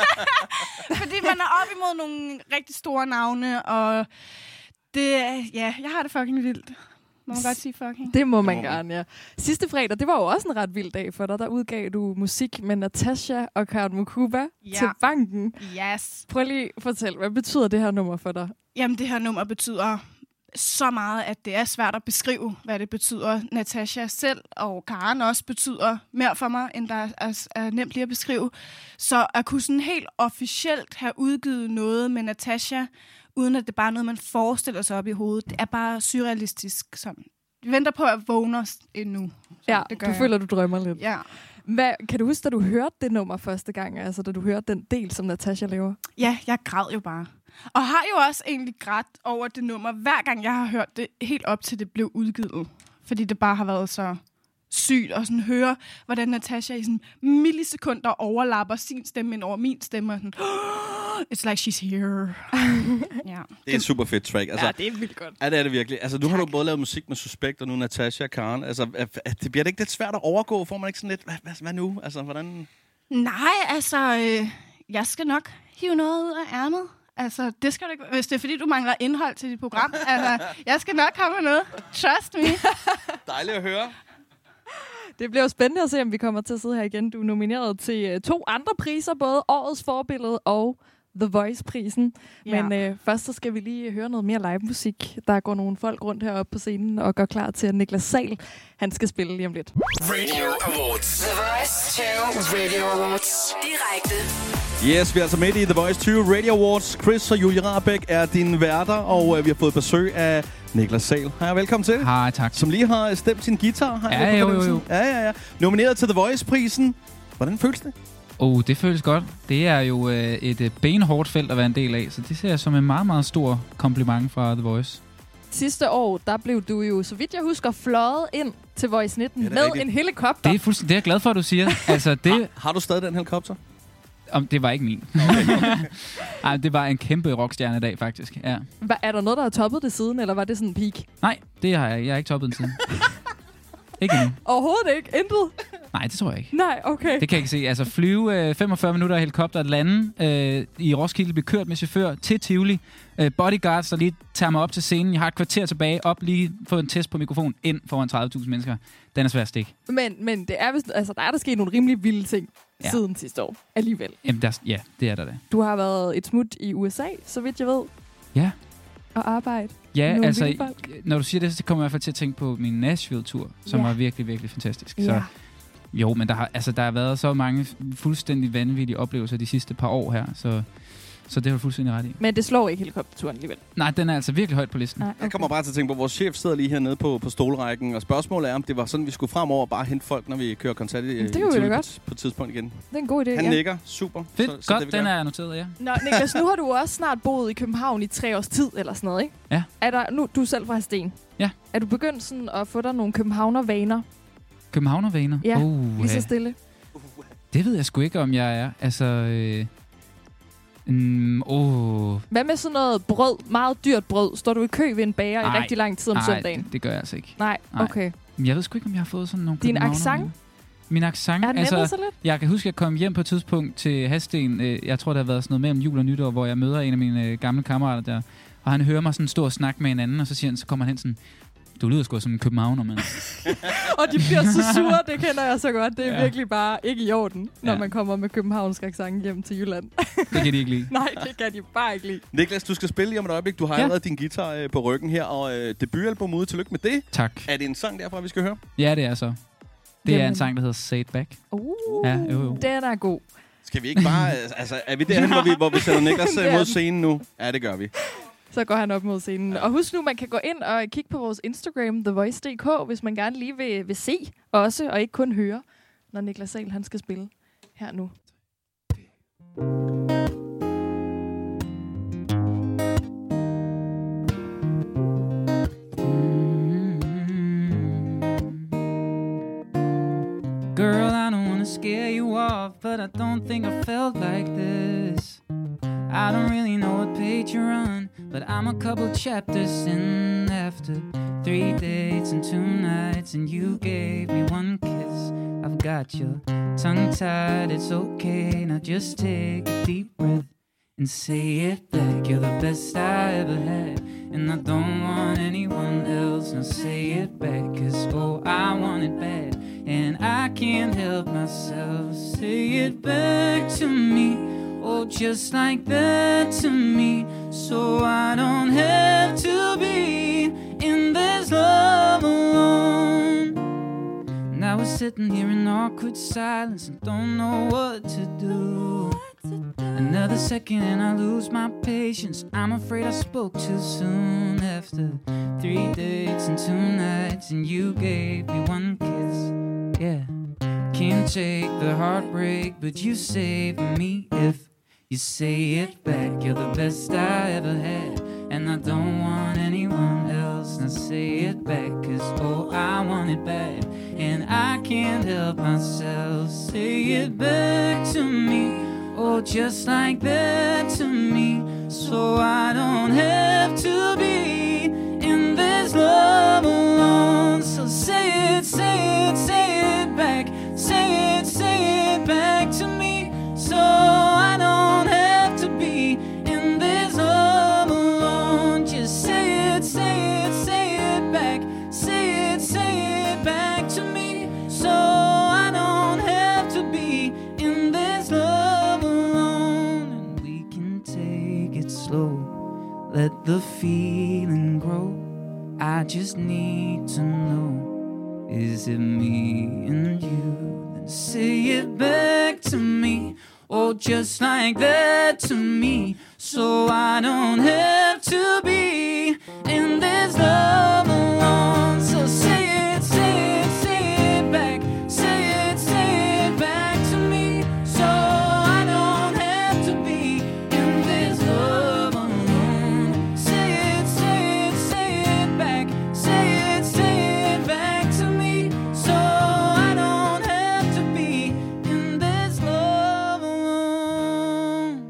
Fordi man er op imod nogle rigtig store navne, og det, ja, jeg har det fucking vildt. Må man godt sige fucking? Det må man oh. gerne, ja. Sidste fredag, det var jo også en ret vild dag for dig. Der udgav du musik med Natasha og Karen Mukuba ja. til banken. Yes. Prøv lige at fortælle, hvad betyder det her nummer for dig? Jamen, det her nummer betyder så meget, at det er svært at beskrive, hvad det betyder. Natasha selv og Karen også betyder mere for mig, end der er, er nemt lige at beskrive. Så at kunne sådan helt officielt have udgivet noget med Natasha, uden at det bare er noget, man forestiller sig op i hovedet, det er bare surrealistisk. Sådan. Vi venter på at vågne os endnu. Ja, det gør du jeg. føler, du drømmer lidt. Ja. Hvad, kan du huske, da du hørte det nummer første gang? Altså, da du hørte den del, som Natasha laver? Ja, jeg græd jo bare. Og har jo også egentlig grædt over det nummer, hver gang jeg har hørt det, helt op til det blev udgivet. Fordi det bare har været så sygt at sådan høre, hvordan Natasha i sådan millisekunder overlapper sin stemme ind over min stemme. Og sådan, oh, it's like she's here. ja. Det er et super fedt track. Altså, ja, det er vildt godt. Ja, det er det virkelig. Altså, nu tak. Har du både lavet musik med Suspekt, og nu Natasha og Karen. Altså, det bliver det ikke lidt svært at overgå? Får man ikke sådan lidt, hvad, hvad, hvad nu? Altså, hvordan? Nej, altså, øh, jeg skal nok hive noget ud af ærmet. Altså, det skal du ikke. Hvis det er fordi, du mangler indhold til dit program. Altså, jeg skal nok komme med noget. Trust me. Dejligt at høre. Det bliver jo spændende at se, om vi kommer til at sidde her igen. Du er nomineret til uh, to andre priser, både Årets Forbillede og The Voice-prisen. Ja. Men uh, først så skal vi lige høre noget mere live-musik. Der går nogle folk rundt heroppe på scenen og gør klar til, at Niklas Sahl, han skal spille lige om lidt. Radio Awards. The Voice tyve Radio Awards. Direkte. Yes, vi er altså midt i The Voice tyve Radio Awards. Chris og Julie Rahbek er dine værter, og uh, vi har fået besøg af Niklas Sahl. Hej, velkommen til. Hej, tak. Som lige har stemt sin guitar. Har ja, jo, jo, jo. Ja, ja, ja. Nomineret til The Voice-prisen. Hvordan føles det? Oh, det føles godt. Det er jo øh, et øh, benhårdt felt at være en del af, så det ser jeg som en meget, meget stor kompliment fra The Voice. Sidste år, der blev du jo, så vidt jeg husker, fløjet ind til Voice nitten med rigtigt? En helikopter. Det er, fuldstændig, det er jeg glad for, at du siger. Altså, det, har, har du stadig den helikopter? Om, det var ikke min. Ej, det var en kæmpe rockstjerne dag, faktisk. Ja. Hva, er der noget, der har toppet det siden, eller var det sådan en peak? Nej, det har jeg. Jeg har ikke toppet den siden. Ikke endnu. Overhovedet ikke? Intet? Nej, det tror jeg ikke. Nej, okay. Det kan jeg ikke se. Altså flyve øh, femogfyrre minutter i helikopter, lande øh, i Roskilde, blive kørt med chauffør til Tivoli. Øh, bodyguards, der lige tager mig op til scenen. Jeg har et kvarter tilbage. Op lige få en test på mikrofon ind foran tredive tusind mennesker. Den er svær at stikke. Men, men det er vist, altså, der er der sket nogle rimelig vilde ting ja. siden sidste år. Alligevel. Jamen, der, ja, det er der da. Du har været et smut i U S A, så vidt jeg ved. Ja. Og arbejde. Ja, altså, når du siger det, så kommer jeg i hvert fald til at tænke på min Nashville-tur, som ja. var virkelig, virkelig fantastisk. Ja. Så, jo, men der har, altså, der har været så mange fuldstændig vanvittige oplevelser de sidste par år her, så, så det har du fuldstændig ret i. Men det slår ikke helikopterturen alligevel? Nej, den er altså virkelig højt på listen. Nej, okay. Jeg kommer bare til at tænke på, at vores chef sidder lige hernede på, på stolrækken, og spørgsmålet er, om det var sådan, vi skulle fremover bare hente folk, når vi kører koncert i, det i Tivoli på, godt. på et tidspunkt igen. Det er en god idé, Han ja. nikker. Super. Fedt. Så, så godt, det, den er noteret, ja. Nå, Niklas, nu har du også snart boet i København i tre års tid, eller sådan noget, ikke? Ja. Er der, nu, du er selv fra Hadsten. Ja. Er du begyndt sådan at få dig nogle københavnervaner? Københavnervaner? Ja, uh, lige så stille. Det ved jeg sgu ikke, om jeg er. Altså... Øh Mm, oh. Hvad med sådan noget brød, meget dyrt brød? Står du i kø ved en bager i rigtig lang tid om ej, søndagen? Det, det gør jeg altså ikke. Nej, okay. Men jeg ved sgu ikke, om jeg har fået sådan nogle Din accent? Min accent? Er den altså, så lidt? Jeg kan huske, at jeg kom hjem på et tidspunkt til Hadsten. Jeg tror, det har været sådan noget mellem jul og nytår, hvor jeg møder en af mine gamle kammerater der. Og han hører mig sådan stå og snakke med en anden, og så siger han, så kommer han hen sådan... Du lyder sgu som en københavner, mand. Og de bliver så sure, det kender jeg så godt. Det er ja. virkelig bare ikke i orden, når ja. man kommer med københavnsk accent hjem til Jylland. Det kan de ikke lide. Nej, det kan de bare ikke lide. Niklas, du skal spille lige om et øjeblik. Du har ja. allerede din guitar øh, på ryggen her, og øh, debutalbum ude. Tillykke med det. Tak. Er det en sang derfra, vi skal høre? Ja, det er så. Det Jamen. er en sang, der hedder Say It Back. Uh, ja, jo, jo. Den er god. Skal vi ikke bare... altså, er vi derhen, hvor vi, hvor vi sætter Niklas øh, mod scenen nu? Ja, det gør vi. Så går han op mod scenen. Og husk nu, man kan gå ind og kigge på vores Instagram, the voice punktum d k, hvis man gerne lige vil, vil se også, og ikke kun høre, når Niklas Sahl han skal spille her nu. Girl, I don't wanna scare you off. off, but I don't think I felt like this. I don't really know what page you're on, but I'm a couple chapters in after three dates and two nights, and you gave me one kiss. I've got your tongue tied, it's okay. Now just take a deep breath and say it back. You're the best I ever had, and I don't want anyone else. Now say it back, cause oh, I want it bad, and I can't help myself. Say it back to me, oh, just like that to me, so I don't have to be in this love alone. Now we're sitting here in awkward silence and don't know what to do. Another second and I lose my patience. I'm afraid I spoke too soon. After three dates and two nights, and you gave me one kiss. Yeah, can't take the heartbreak, but you saved me if you say it back. You're the best I ever had, and I don't want anyone else. Now say it back, cause oh, I want it bad, and I can't help myself. Say it back to me, oh, just like that to me, so I don't have to be in this love alone. So say it, say it, say it back. Say it, say it back to me, so I don't have to be in this love alone. Just say it, say it, say it back. Say it, say it back to me, so I don't have to be in this love alone. And we can take it slow, let the feeling grow. I just need to know, is it me and you? Then say it back to me, oh, just like that to me, so I don't have to be in this love alone. So say it, say it, say it back. Say it, say it back to me, so I don't have to be in this love alone. Say it, say it, say it back. Say it, say it back to me, so I don't have to be in this love alone.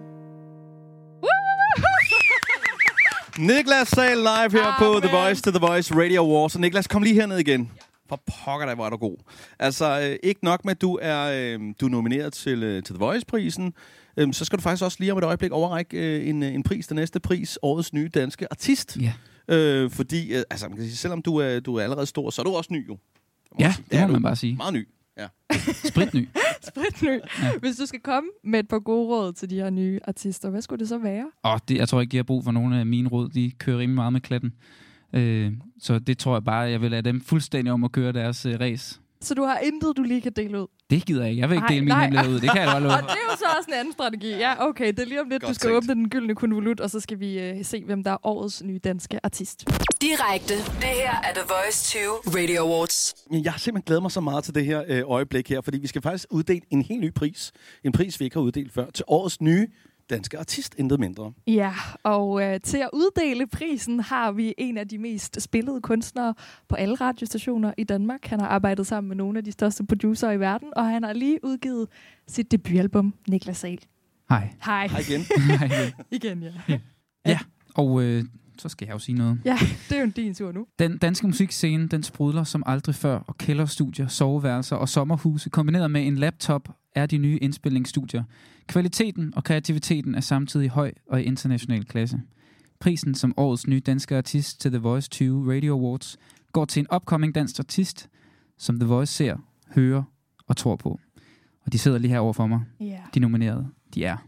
Niklas Sahl live her Ah, på man. The Voice to The Voice Radio Awards. Og Niklas, kom lige herned igen. For pokker dig, hvor er du god. Altså, øh, ikke nok med, at du er, øh, du er nomineret til, øh, til The Voice-prisen, øh, så skal du faktisk også lige om et øjeblik overrække øh, en, en pris, den næste pris, årets nye danske artist. Ja. Øh, fordi, øh, altså, man kan sige, selvom du er, du er allerede stor, så er du også ny jo. Ja, sige. det må er man du. bare sige. Meget ny. Ja. Spritny. Spritny. Ja. Hvis du skal komme med et par gode råd til de her nye artister, hvad skulle det så være? Og det, jeg tror ikke, de har brug for nogle af mine råd. De kører rimelig meget med klatten. Øh, så det tror jeg bare, jeg vil lade dem fuldstændig om at køre deres øh, race. Så du har intet, du lige kan dele ud? Det gider jeg ikke. Jeg vil ikke Ej, dele mine nej. hemmeligheder ud. Det kan jeg da godt love. Og det er jo så også en anden strategi. Ja, okay. Det er lige om lidt, Godt du skal tænkt. åbne den gyldne konvolut, og så skal vi øh, se, hvem der er årets nye danske artist. Direkte. Det her er The Voice tyve Radio Awards. Jeg har simpelthen glædet mig så meget til det her øh, øjeblik her, fordi vi skal faktisk uddele en helt ny pris. En pris, vi ikke har uddelt før, til årets nye danske artist, intet mindre. Ja, og øh, til at uddele prisen har vi en af de mest spillede kunstnere på alle radiostationer i Danmark. Han har arbejdet sammen med nogle af de største producer i verden, og han har lige udgivet sit debutalbum, Niklas Sahl. Hej. Hej. Hej igen. Hej igen. Igen, ja. Ja, og øh, så skal jeg jo sige noget. Ja, det er jo din tur nu. Den danske musikscene, den sprudler som aldrig før, og kælderstudier, soveværelser og sommerhuse, kombineret med en laptop, er de nye indspilningsstudier. Kvaliteten og kreativiteten er samtidig høj og i international klasse. Prisen som årets nye danske artist til The Voice tyve Radio Awards går til en upcoming dansk artist, som The Voice ser, hører og tror på. Og de sidder lige her over for mig. Yeah. De nominerede, de er...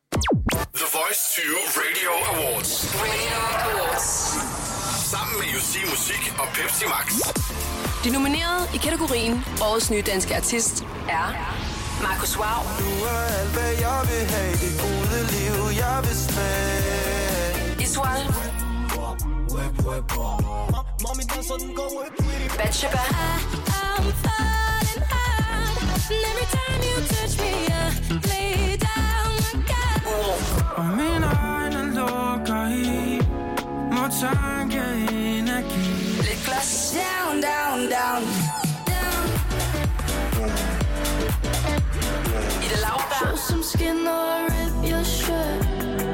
The Voice tyve Radio Awards. Radio Awards. Sammen med U C Musik og Pepsi Max. De nominerede i kategorien Årets nye danske artist er Markus Wow, Du er alt, hvad jeg vil have, det gode liv, jeg vil smage. Iswal, Batsheba, Og mine øjne lukker i, må tanke energi. Lidt glas, Down, down, down. i det skin or rip your shirt.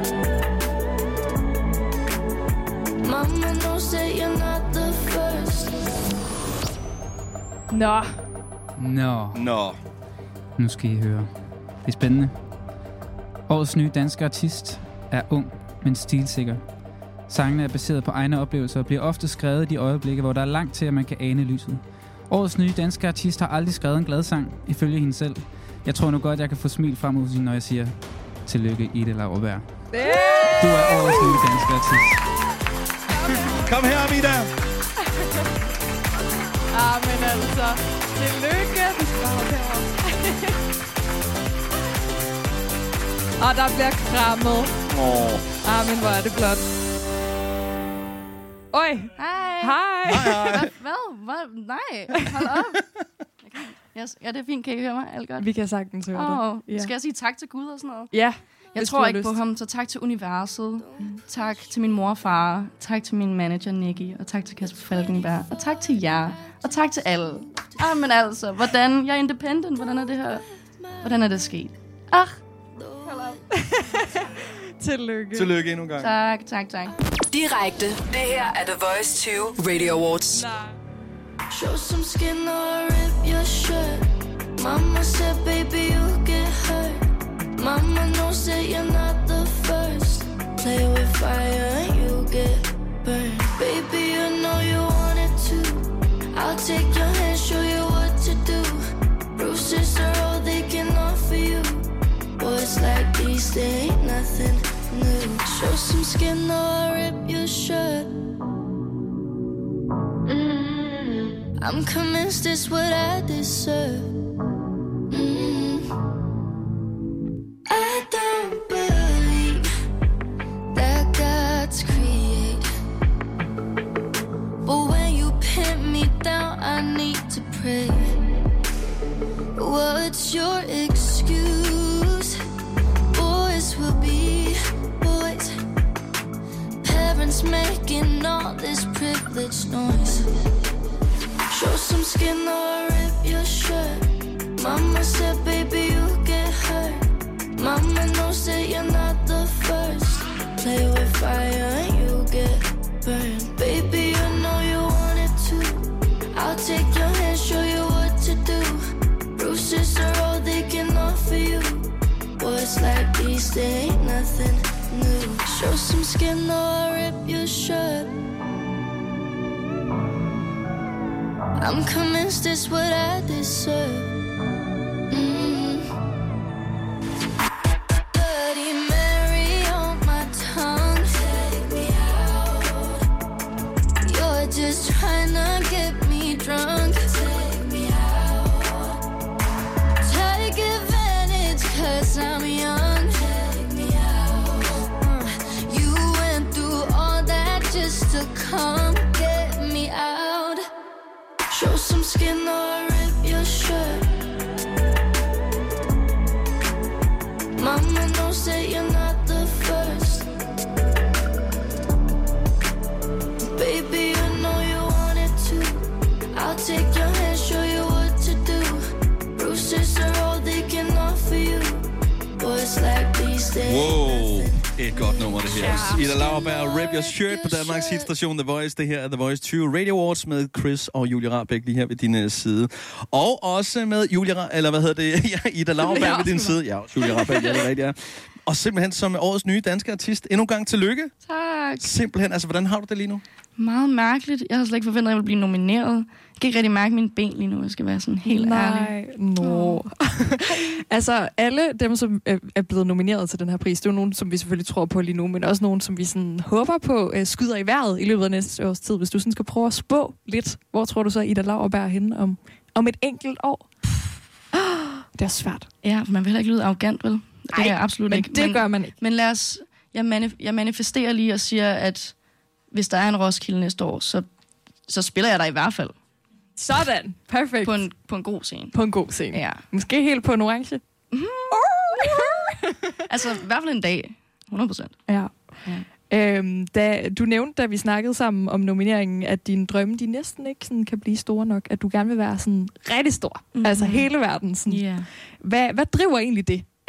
Mama knows that you're not the first. Nå. Nå. Nå. Nu skal I høre. Det er spændende. Årets nye danske artist er ung, men stilsikker. Sangene er baseret på egne oplevelser og bliver ofte skrevet i de øjeblikke, hvor der er langt til, at man kan ane lyset. Årets nye danske artist har aldrig skrevet en glad sang, ifølge hende selv. Jeg tror nu godt, jeg kan få smil frem hos hende, når jeg siger tillykke, Ida Lauerberg. Du er årets nye danske artist. Kom her, Amida. Ah, men altså, tillykke. Du skal bare hoppe herovre. Og der bliver krammet. Åh. Ah, men hvor er det flot. Oj. Hej. Hej. Hvad? Hvad? Hvad? Nej, hold op. Yes. Ja, det er fint. Kan I høre mig? Alt godt? Vi kan sagtens høre oh, dig. Ja. Skal jeg sige tak til Gud og sådan noget? Ja. Jeg tror ikke på ham, så tak til universet. Mm. Tak til min mor og far. Tak til min manager, Nicky. Og tak til Kasper Falkenberg. Og tak til jer. Og tak til alle. Ah, men altså, hvordan? Jeg er independent. Hvordan er det her? Hvordan er det sket? Ah. Tillykke. Tillykke endnu en gang. Tak, tak, tak. Direkte. Det her er The Voice tyve Radio Awards. Show some skin or rip your shirt. Mama said, baby, you get hurt. Mama knows that you're not the first. Play with fire and you get burned. Baby, you know you want it too. I'll take your hand, show you what to do. Bruises are all they can offer you. Boys like these, they ain't nothing new. Show some skin or rip your shirt. Mm. I'm convinced it's what I deserve. Mm. I don't believe that God's create. But when you pin me down, I need to pray. What's your excuse? Boys will be boys. Parents making all this privileged noise. Show some skin or rip your shirt. Mama said, baby, you get hurt. Mama knows that you're not the first. Play with fire and you get burned. Baby, you know you want it too. I'll take your hand, show you what to do. Bruises are all they can offer you. Boys like these, they ain't nothing new. Show some skin or rip your shirt. I'm convinced it's what I deserve. Mm. Bloody Mary on my tongue. Take me out. You're just trying to get me drunk. Take me out. Take advantage 'cause I'm young. Take me out. You went through all that just to come get me out. Show some skin or rip your shirt. Mama knows that you're not the first. Baby, you know you want it too. I'll take your hand, show you what to do. Bruises are all they can offer you. Boys like these days. Wow. Et godt nummer, det her. Ja. Ida Lauerberg, Rip Your Shirt på Danmarks hitstation The Voice. Det her er The Voice tyve Radio Awards med Chris og Julie Rahbek lige her ved din uh, side. Og også med Julie Ra- eller hvad hedder det? Ja, Ida Lauerberg ved din side. Ja, Julie Rahbek, ja, det er rigtigt, ja. Og simpelthen som årets nye danske artist. Endnu en gang tillykke. Tak. Simpelthen, altså hvordan har du det lige nu? Meget mærkeligt. Jeg har slet ikke forventet, at jeg ville blive nomineret. Jeg kan ikke rigtig mærke mine ben lige nu, jeg skal være sådan helt Nej, ærlig. no. Altså, alle dem, som er blevet nomineret til den her pris, det er jo nogen, som vi selvfølgelig tror på lige nu, men også nogen, som vi sådan håber på uh, skyder i vejret i løbet af næste års tid. Hvis du sådan skal prøve at spå lidt, hvor tror du så, Ida Lauerberg er henne om, om et enkelt år? Det er svært. Ja, man vil heller ikke lyde arrogant, vel? Det Ej, er jeg absolut men ikke. det gør man ikke. Men lad os... Jeg, manif- jeg manifesterer lige og siger, at hvis der er en Roskilde næste år, så, så spiller jeg der i hvert fald. Sådan. Perfekt. På en, på en god scene. På en god scene. Ja. Måske helt på en orange. Mm-hmm. Altså, i hvert fald en dag. hundrede procent. Ja. ja. Øhm, da, du nævnte, da vi snakkede sammen om nomineringen, at dine drømme, de næsten ikke sådan, kan blive store nok. At du gerne vil være sådan rigtig stor. Mm-hmm. Altså hele verden. Sådan. Yeah. Hvad, hvad driver egentlig det?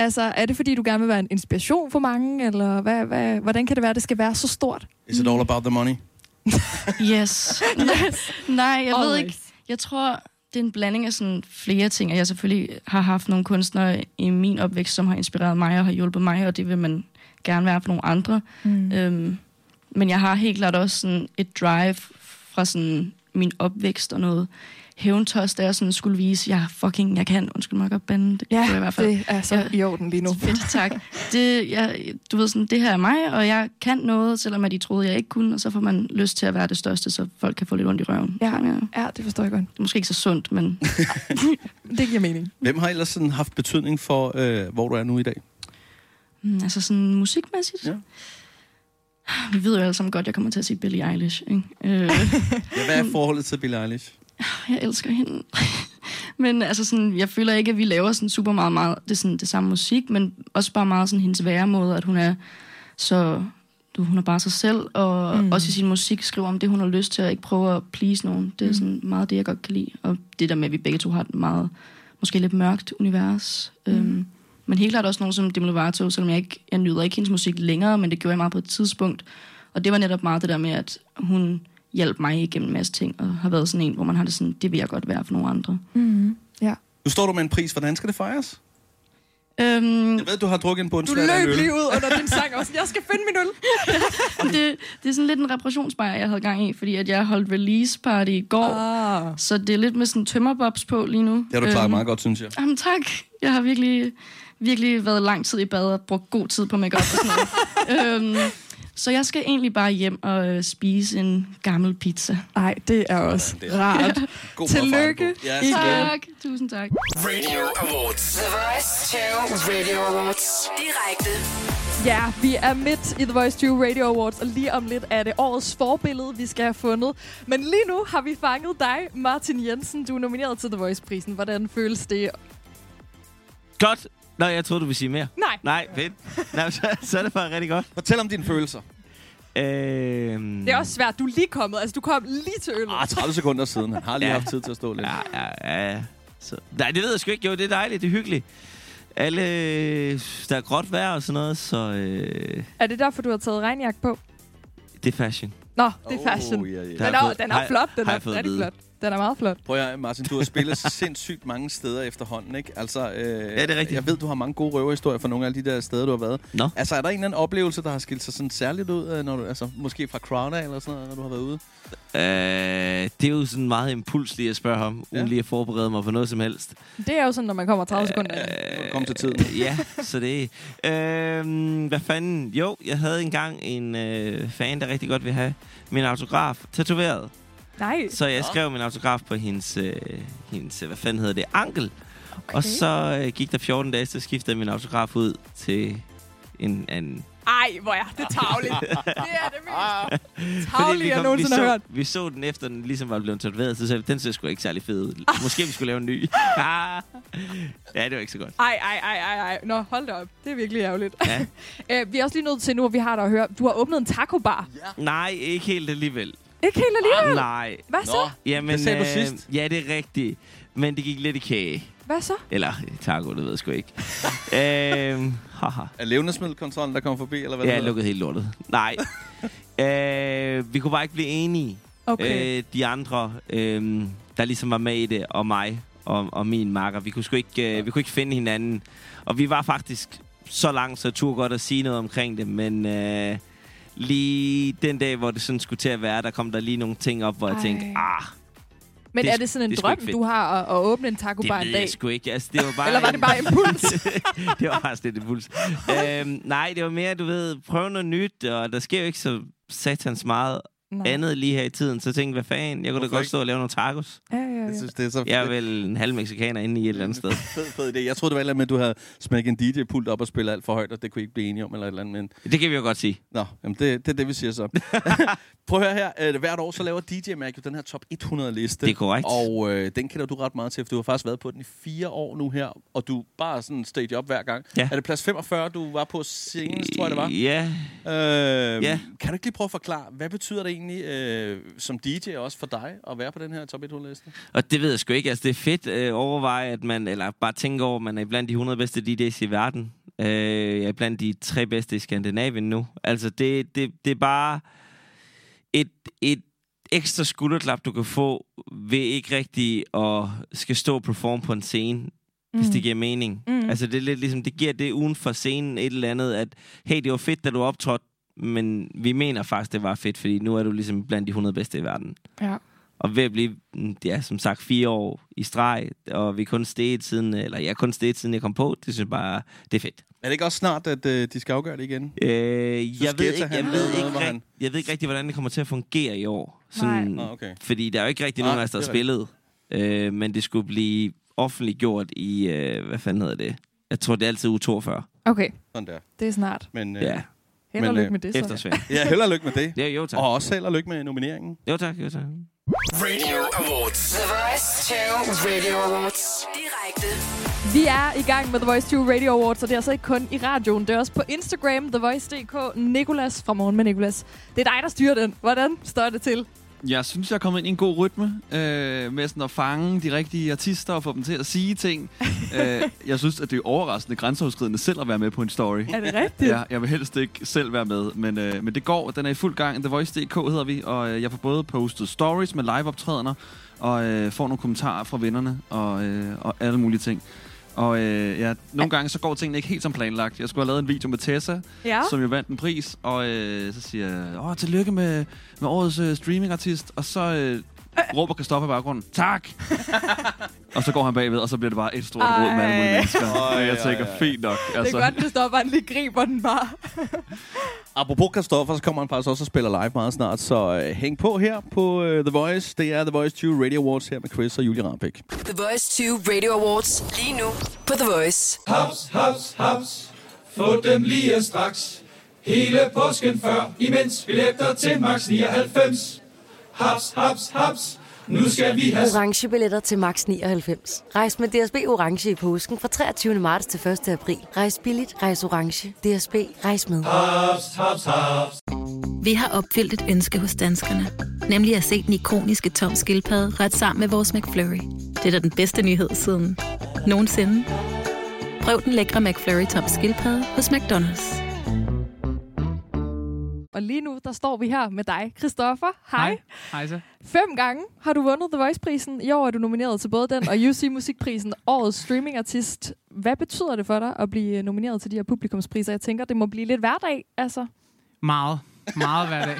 Altså, er det fordi, du gerne vil være en inspiration for mange, eller hvad, hvad, hvordan kan det være, at det skal være så stort? Is it all about the money? Yes. yes. Nej, jeg Always. ved ikke. Jeg tror, det er en blanding af sådan flere ting, og jeg selvfølgelig har haft nogle kunstnere i min opvækst, som har inspireret mig og har hjulpet mig, og det vil man gerne være for nogle andre. Mm. Øhm, men jeg har helt klart også sådan et drive fra sådan min opvækst og noget hævntøst, der jeg sådan skulle vise, jeg fucking, jeg kan, undskyld mig godt bande. Det, ja, i hvert fald. Det er så ja, i orden lige nu. Fedt, tak. Det, jeg, du ved sådan, det her er mig, og jeg kan noget, selvom at de troede, jeg ikke kunne, og så får man lyst til at være det største, så folk kan få lidt ondt i røven. Ja, ja, det forstår jeg godt. Det er måske ikke så sundt, men... det giver mening. Hvem har ellers sådan haft betydning for, øh, hvor du er nu i dag? Mm, altså sådan musikmæssigt? Ja. Vi ved jo alle sammen godt, jeg kommer til at sige Billie Eilish, ikke? Øh, ja, hvad er forholdet til Billie Eilish? Jeg elsker hende. Men altså sådan, jeg føler ikke, at vi laver sådan super meget, meget det, sådan, det samme musik, men også bare meget sådan hendes væremåde, at hun er så... Du, hun er bare sig selv, og mm. også i sin musik skriver om det, hun har lyst til, at ikke prøve at please nogen. Det er sådan meget det, jeg godt kan lide. Og det der med, at vi begge to har et meget, måske lidt mørkt univers. Mm. Øhm, men helt klart også nogen som Demi Lovato, selvom jeg ikke, jeg nyder ikke hendes musik længere, men det gjorde jeg meget på et tidspunkt. Og det var netop meget det der med, at hun hjalp mig igennem en masse ting, og har været sådan en, hvor man har det sådan, det vil jeg godt være for nogle andre. Mm. Ja. Nu står du med en pris. Hvordan skal det fejres? Øhm, jeg ved, du har drukket en bundslat af øl. Du løb lige ud under din sang og sådan, jeg skal finde min øl. det, det er sådan lidt en reparationsbejr, jeg havde gang i, fordi at jeg holdt release party i går. Ah. Så det er lidt med sådan tømmerbobs på lige nu. Det har du klaret øhm, meget godt, synes jeg. Jamen tak. Jeg har virkelig, virkelig været lang tid i bad og brugt god tid på make-up og sådan noget. øhm, Så jeg skal egentlig bare hjem og øh, spise en gammel pizza. Nej, det er også ja, det er rart. Ja. Tillykke. Ja, tak. Tusind tak. Radio Awards. The Voice to Radio Awards. Direkte. Ja, vi er midt i The Voice to Radio Awards, og lige om lidt er det årets forbillede, vi skal have fundet. Men lige nu har vi fanget dig, Martin Jensen. Du er nomineret til The Voice-prisen. Hvordan føles det? Godt. Nå, jeg troede, du ville sige mere. Nej. Nej, fedt. Nej, så, så er det bare rigtig godt. Fortæl om dine følelser. Øhm... Det er også svært. Du er lige kommet. Altså, du kom lige til øllet. Ah, tredive sekunder siden. Han har lige ja. haft tid til at stå lidt. Ja, ja, ja. Så, nej, det ved jeg sgu ikke. Jo, det er dejligt. Det er hyggeligt. Alle... Der er gråt vejr og sådan noget, så... Øh... Er det derfor, du har taget regnjakke på? Det er fashion. Nå, det er fashion. Oh, yeah, yeah. Den, er, fået, den er flot. Den er rigtig flot. Den er meget flot. Prøv at Martin, du har spillet sindssygt mange steder efterhånden, ikke? Altså, øh, ja, det er rigtigt. Jeg ved, du har mange gode røverhistorier fra nogle af de der steder, du har været. Nå. Altså, er der en eller anden oplevelse, der har skilt sig sådan særligt ud, når du, altså, måske fra Crown eller sådan noget, når du har været ude? Øh, det er jo sådan meget impulsligt at spørge ham, uden ja. lige at forberede mig på noget som helst. Det er jo sådan, når man kommer tredive sekunder. Øh, Kom til tiden. Ja, så det er... Øh, hvad fanden? Jo, jeg havde engang en øh, fan, der rigtig godt vil have min autograf tatoveret. Nej. Så jeg skrev min autograf på hendes, øh, hendes hvad fanden hedder det, ankel. Okay. Og så øh, gik der fjorten dage, så skiftede min autograf ud til en anden. Ej, hvor er det tarveligt. Det er det mest tarvelige, jeg nogensinde har hørt. Vi så den efter, den ligesom var blevet tatoveret, så sagde vi, den ser sgu ikke særlig fed ud. Måske vi skulle lave en ny. Ja, det var ikke så godt. Ej, ej, ej, ej, ej. Nå, hold da op. Det er virkelig ærgerligt. Ja. Æ, vi er også lige nødt til nu, at vi har dig at høre. Du har åbnet en taco-bar. Ja. Nej, ikke helt alligevel. Ikke helt alligevel? Nej. Hvad så? Jamen, det sagde øh, du sidst. Ja, det er rigtigt. Men det gik lidt i kage. Hvad så? Eller taco, det ved jeg sgu ikke. øhm, haha. Er levnedsmiddelkontrollen, der kom forbi, eller hvad? Ja, jeg lukkede helt lortet. Nej. øh, vi kunne bare ikke blive enige. Okay. Øh, de andre, øh, der ligesom var med i det, og mig og, og min makker. Vi kunne sgu ikke, øh, vi kunne ikke finde hinanden. Og vi var faktisk så langt, så jeg turde godt at sige noget omkring det, men... Øh, lige den dag, hvor det sådan skulle til at være, der kom der lige nogle ting op, hvor Ej. jeg tænkte, ah... Men det, er det sådan en det drøm, du har, at, at åbne en taco-bar en dag? Det ved jeg sgu ikke. Altså, det var bare Eller var det bare impuls? Det var bare lidt impuls. øhm, nej, det var mere, du ved, prøve noget nyt, og der sker jo ikke så satans meget Nej. andet lige her i tiden. Så jeg tænkte, hvad fanden, jeg kunne da godt stå og lave nogle tacos. Ja, ja, ja. Jeg, synes, det er, så jeg er vel en halv mexikaner inde i et eller andet sted. Fed, fed idé. Jeg troede, det var et eller andet med, at du havde smækket en D J-pult op og spillet alt for højt, og det kunne I ikke blive enige om, eller et eller andet. Men... Det kan vi jo godt sige. Nå, jamen det, det er det, vi siger så. Prøv at høre her. Hvert år så laver D J Mag jo den her top hundrede-liste. Det er korrekt. Og øh, den kender du ret meget til, for du har faktisk været på den i fire år nu her, og du bare sådan stage op hver gang. Ja. Er det plads femogfyrre, du var på senest, tror jeg det var? Ja. Øh, ja. Kan du ikke lige prøve at forklare, hvad betyder det egentlig øh, som D J også for dig at være på den her top hundrede-liste? Og det ved jeg sgu ikke. Altså, det er fedt øh, overveje, at man, eller bare tænke over, at man er blandt de hundrede bedste D J's i verden. Øh, jeg er blandt de tre bedste i Skandinavien nu. Altså, det, det, det er bare et, et ekstra skulderklap, du kan få ved ikke rigtig at skal stå og performe på en scene, mm. hvis det giver mening. Mm. Altså, det er lidt ligesom, det giver det uden for scenen et eller andet, at hey, det var fedt, da du optrådte, men vi mener faktisk, det var fedt, fordi nu er du ligesom blandt de hundrede bedste i verden. Ja. Og ved at blive, ja, som sagt, fire år i streg, og vi er kun steget siden, eller jeg er kun steget siden jeg kom på, det synes jeg bare, det er fedt. Er det ikke også snart, at øh, de skal afgøre det igen? Øh, jeg, ved ikke, jeg, ved ikke, noget, rigt, jeg ved ikke rigtig, hvordan det kommer til at fungere i år. Sådan, Nej. Oh, okay. Fordi der er jo ikke rigtig Nej, nogen af os, der har spillet. Øh, men det skulle blive offentliggjort i, øh, hvad fanden hedder det? Jeg tror, det er altid uge toogfyrre. Okay, sådan der. Det er snart. Men, øh, ja. Held og lykke med det, så. Eftersving. Ja, held og lykke med det. Ja, jo tak. Og også held og lykke med nomineringen. Jo tak, jo tak. Radio Awards. The Voice to Radio Awards. Direkte. Vi er i gang med The Voice to Radio Awards, og det er altså ikke kun i radioen. Det er også på Instagram, The Voice punktum d k. Nicolas fra Morgen med Nicolas. Det er dig, der styrer den. Hvordan står det til? Jeg synes, jeg er kommet ind i en god rytme øh, med sådan at fange de rigtige artister og få dem til at sige ting. øh, jeg synes, at det er overraskende grænseoverskridende selv at være med på en story. Er det rigtigt? Ja, jeg vil helst ikke selv være med, men, øh, men det går. Den er i fuld gang. The Voice punktum d k hedder vi, og øh, jeg får både postet stories med live-optrædener og øh, får nogle kommentarer fra vennerne og, øh, og alle mulige ting. Og øh, ja, nogle gange så går tingene ikke helt som planlagt. Jeg skulle have lavet en video med Tessa, ja. som jo vandt en pris, og øh, så siger jeg, åh, tillykke med, med årets øh, streamingartist, og så øh, råber Christoffer i baggrunden, tak! Og så går han bagved, og så bliver det bare et stort råd med alle mulige mennesker. Og jeg tænker, fint nok. Altså. Det er godt, Christoffer, han lige griber den bare. Apropos Christoffer, så kommer han faktisk også og spiller live meget snart, så uh, hæng på her på uh, The Voice. Det er The Voice to Radio Awards her med Chris og Julie Rampik. The Voice to Radio Awards lige nu på The Voice. Haps, haps, haps. Få dem lige straks. Hele påsken før, imens billetter til max nioghalvfems. Haps, haps, haps. Nu skal vi have orange billetter til max nioghalvfems. Rejs med D S B Orange i påsken fra treogtyvende marts til første april. Rejs billigt, rejs orange. D S B, rejs med. Haps, haps, haps. Vi har opfyldt et ønske hos danskerne. Nemlig at se den ikoniske Tom Skildpadde ret sammen med vores McFlurry. Det er da den bedste nyhed siden nogensinde. Prøv den lækre McFlurry Tom Skildpadde hos McDonald's. Og lige nu, der står vi her med dig, Christoffer. Hej. Hej. Hej så. Fem gange har du vundet The Voice-prisen. I år er du nomineret til både den og U C Musikprisen, årets streamingartist. Hvad betyder det for dig at blive nomineret til de her publikumspriser? Jeg tænker, det må blive lidt hverdag, altså. Meget. Meget hverdag.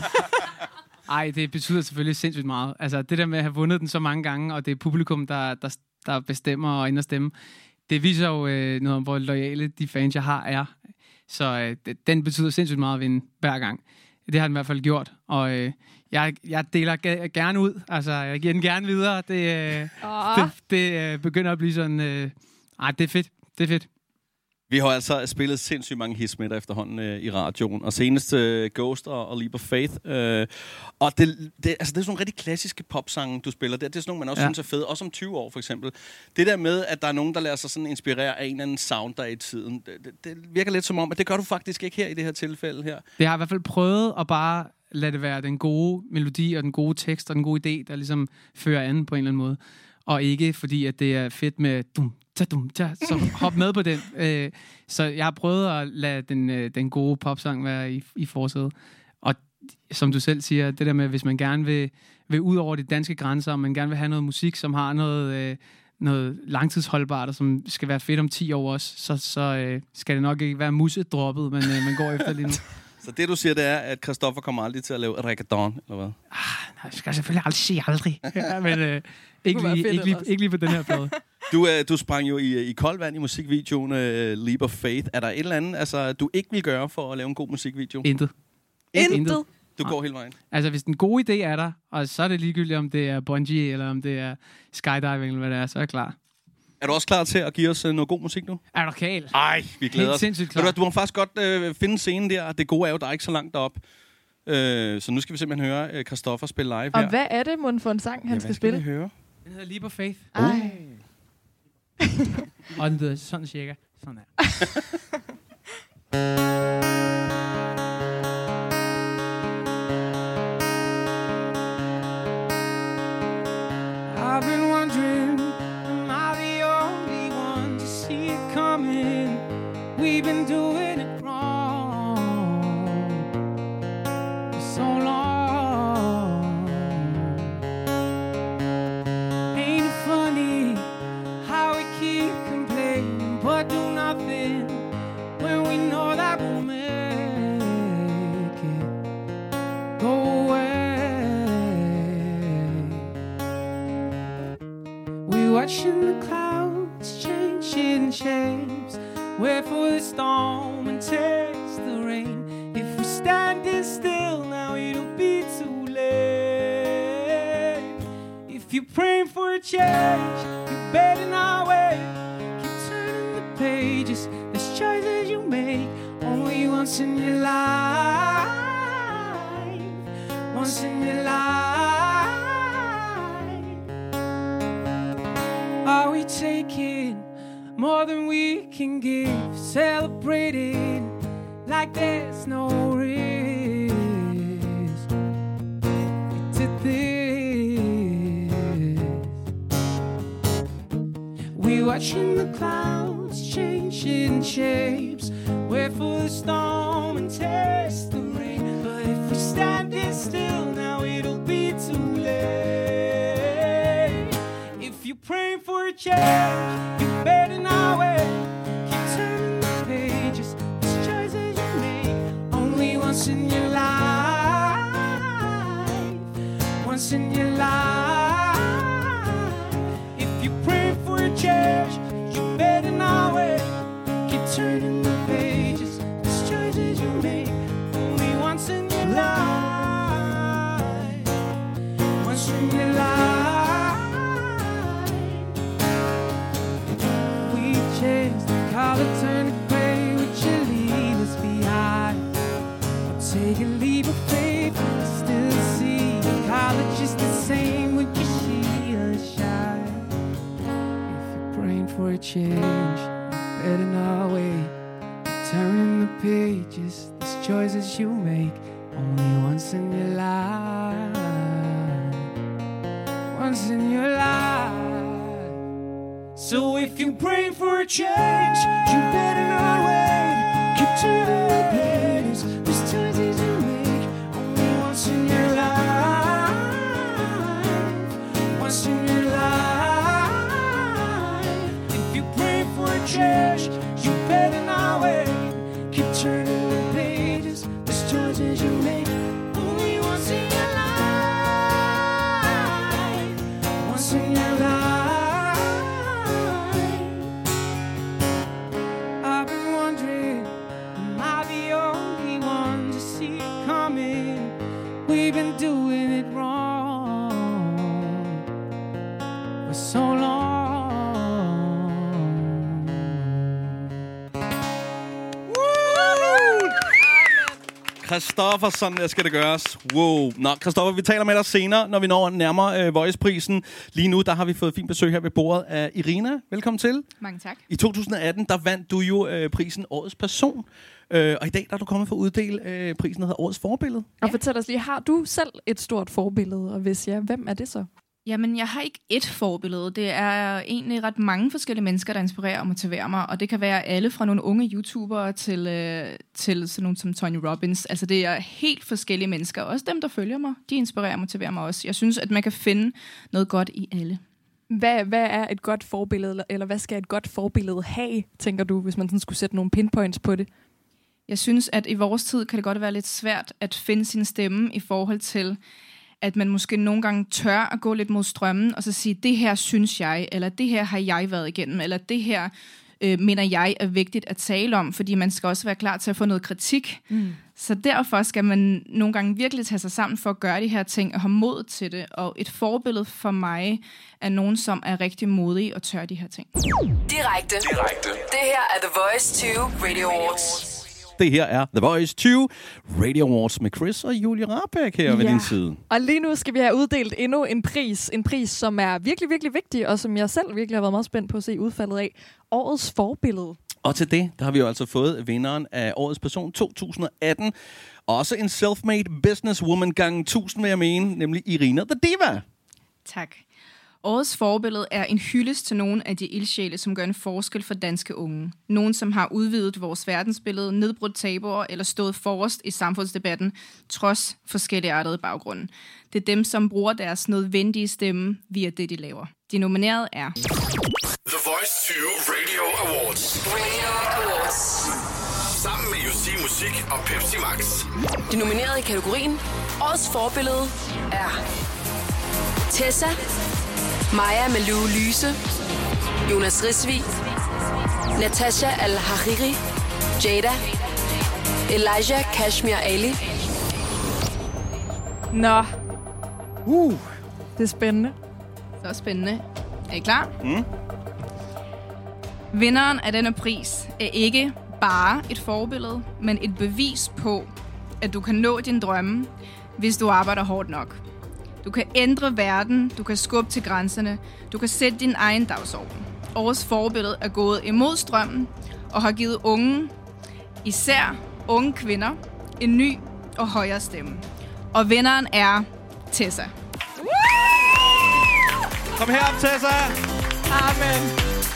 Ej, det betyder selvfølgelig sindssygt meget. Altså, det der med at have vundet den så mange gange, og det er publikum, der, der, der bestemmer og ender stemme, det viser jo øh, noget om, hvor loyale de fans, jeg har, er. Så øh, den betyder sindssygt meget at vinde hver gang. Det har den i hvert fald gjort, og øh, jeg, jeg deler g- gerne ud. Altså, jeg giver den gerne videre. Det, øh, oh. det, det øh, begynder at blive sådan... Øh, ej, det er fedt. Det er fedt. Vi har altså spillet sindssygt mange hits med dig efterhånden øh, i radioen, og senest øh, Ghost og, og Leap of Faith. Øh, og det, det, altså, det er sådan nogle rigtig klassiske popsange, du spiller der. Det er sådan nogle, man også ja. synes er fede, også om tyve år for eksempel. Det der med, at der er nogen, der lader sig sådan inspirere af en eller anden sound, der er i tiden, det, det, det virker lidt som om, at det gør du faktisk ikke her i det her tilfælde her. Det har i hvert fald prøvet at bare lade det være den gode melodi og den gode tekst og den gode idé, der ligesom fører an på en eller anden måde. Og ikke fordi, at det er fedt med dum, ta, dum, ta, så hop med på den. Øh, så jeg har prøvet at lade den, øh, den gode popsang være i, i forsædet. Og som du selv siger, det der med, hvis man gerne vil, vil ud over de danske grænser, og man gerne vil have noget musik, som har noget, øh, noget langtidsholdbart, og som skal være fedt om ti år også, så, så øh, skal det nok ikke være musedroppet, men øh, man går efter lige nu. Så det, du siger, det er, at Christoffer kommer aldrig til at lave reggaeton, eller hvad? Ah, nej, jeg skal selvfølgelig aldrig sige aldrig. Ja, men øh, ikke, lige, ikke, lige, ikke lige på den her plade. Du, øh, du sprang jo i, i koldt vand i musikvideoen uh, Leap of Faith. Er der et eller andet, altså, du ikke vil gøre for at lave en god musikvideo? Intet. Intet? Intet. Du går hele vejen? Altså, hvis den gode idé er der, og så er det ligegyldigt, om det er bungee, eller om det er skydiving, eller hvad det er, så er jeg klar. Er du også klar til at give os uh, noget god musik nu? Er du kal? Ej, vi glæder Helt os. sindssygt klar. Du, du må faktisk godt øh, finde scenen der. Det gode er jo, der er ikke så langt derop. Øh, så nu skal vi simpelthen høre øh, Christoffer spille live og her. Og hvad er det, mon for en sang, han ja, skal spille? Skal vi høre? Den hedder Leap of Faith. Ej. Og den hedder sådan cirka. Sådan her. I've been doing it wrong for so long. Ain't it funny how we keep complaining but do nothing when we know that we'll make it go away? We watching the clouds changing shapes, wait for the storm and taste the rain. If we stand it still now, it'll be too late. If you're praying for a change, you better not wait. Keep turning the pages, there's choices you make only once in your life, once in your life. Are we taking more than we can give, celebrating like there's no risk to this? We watching the clouds changing shapes, wait for the storm and taste the rain. But if we stand it still now, it'll be too late. If you're praying for a change, you better not wait. Keep turning the pages, there's choices you make only once in your life, once in your life. If you pray for a change, you better not wait. Keep turning the pages, there's choices you make only once in your life, once in your life. Color turn gray, would you leave us behind? Or take a leap of faith and still see the color just the same? Would you see us shine? If you're praying for a change, you better not wait. Turning the pages, there's choices you make only once in your life, once in your life. So if you're praying for a change, you better not wait. Keep turning the pages, there's choices you make only once in your life, once in your life. If you're praying for a change, you better not wait. Keep turning the pages, there's choices you make only once in your life, once in your life. We've been doing it wrong for so long. Christoffer, sådan skal det gøres. Wow. Nå, Christoffer, vi taler med dig senere, når vi når nærmere øh, Voice-prisen. Lige nu, der har vi fået fint besøg her ved bordet af Irina. Velkommen til. Mange tak. I to tusind atten, der vandt du jo øh, prisen Årets Person. Øh, og i dag der er du kommet for at uddele øh, prisen, der hedder Årets Forbillede. Og fortæl os lige, har du selv et stort forbillede? Og hvis ja, hvem er det så? Jamen, jeg har ikke ét forbillede. Det er egentlig ret mange forskellige mennesker, der inspirerer og motiverer mig. Og det kan være alle fra nogle unge YouTubere til, øh, til sådan nogle som Tony Robbins. Altså, det er helt forskellige mennesker. Også dem, der følger mig, de inspirerer og motiverer mig også. Jeg synes, at man kan finde noget godt i alle. Hvad, hvad er et godt forbillede, eller hvad skal et godt forbillede have, tænker du, hvis man sådan skulle sætte nogle pinpoints på det? Jeg synes, at i vores tid kan det godt være lidt svært at finde sin stemme i forhold til, at man måske nogle gange tør at gå lidt mod strømmen, og så sige, det her synes jeg, eller det her har jeg været igennem, eller det her øh, mener jeg er vigtigt at tale om, fordi man skal også være klar til at få noget kritik. Mm. Så derfor skal man nogle gange virkelig tage sig sammen for at gøre de her ting, og have mod til det. Og et forbillede for mig er nogen, som er rigtig modige og tør de her ting. Direkte. Direkte. Det her er The Voice tyve Radio Awards. Det her er The Voice tyve Radio Awards med Chris og Julie Rahbek her ja. ved din side. Og lige nu skal vi have uddelt endnu en pris. En pris, som er virkelig, virkelig vigtig, og som jeg selv virkelig har været meget spændt på at se udfaldet af. Årets forbillede. Og til det, der har vi jo altså fået vinderen af Årets Person to tusind atten. Også en self-made businesswoman gange tusind, vil jeg mene, nemlig Irina The Diva. Tak. Årets forbillede er en hyldest til nogle af de ildsjæle, som gør en forskel for danske unge. Nogen, som har udvidet vores verdensbillede, nedbrudt tabuer eller stået forrest i samfundsdebatten, trods forskelligartede baggrunde. Det er dem, som bruger deres nødvendige stemme via det, de laver. De nominerede er The Voice tyve Radio Awards. Radio Awards. Sammen med U C Musik og Pepsi Max. De nominerede i kategorien Årets forbillede er Tessa, Maja Malou Lyse, Jonas Risvig, Natasha Al-Hariri, Jada, Elijah Kashmir Ali. Nå. Uh, det er spændende. Så spændende. Er I klar? Mm. Vinderen af denne pris er ikke bare et forbillede, men et bevis på, at du kan nå din drømme, hvis du arbejder hårdt nok. Du kan ændre verden, du kan skubbe til grænserne, du kan sætte din egen dagsorden. Årets forbillede er gået imod strømmen og har givet unge, især unge kvinder, en ny og højere stemme. Og vinderen er Tessa. Kom herop, Tessa! Amen.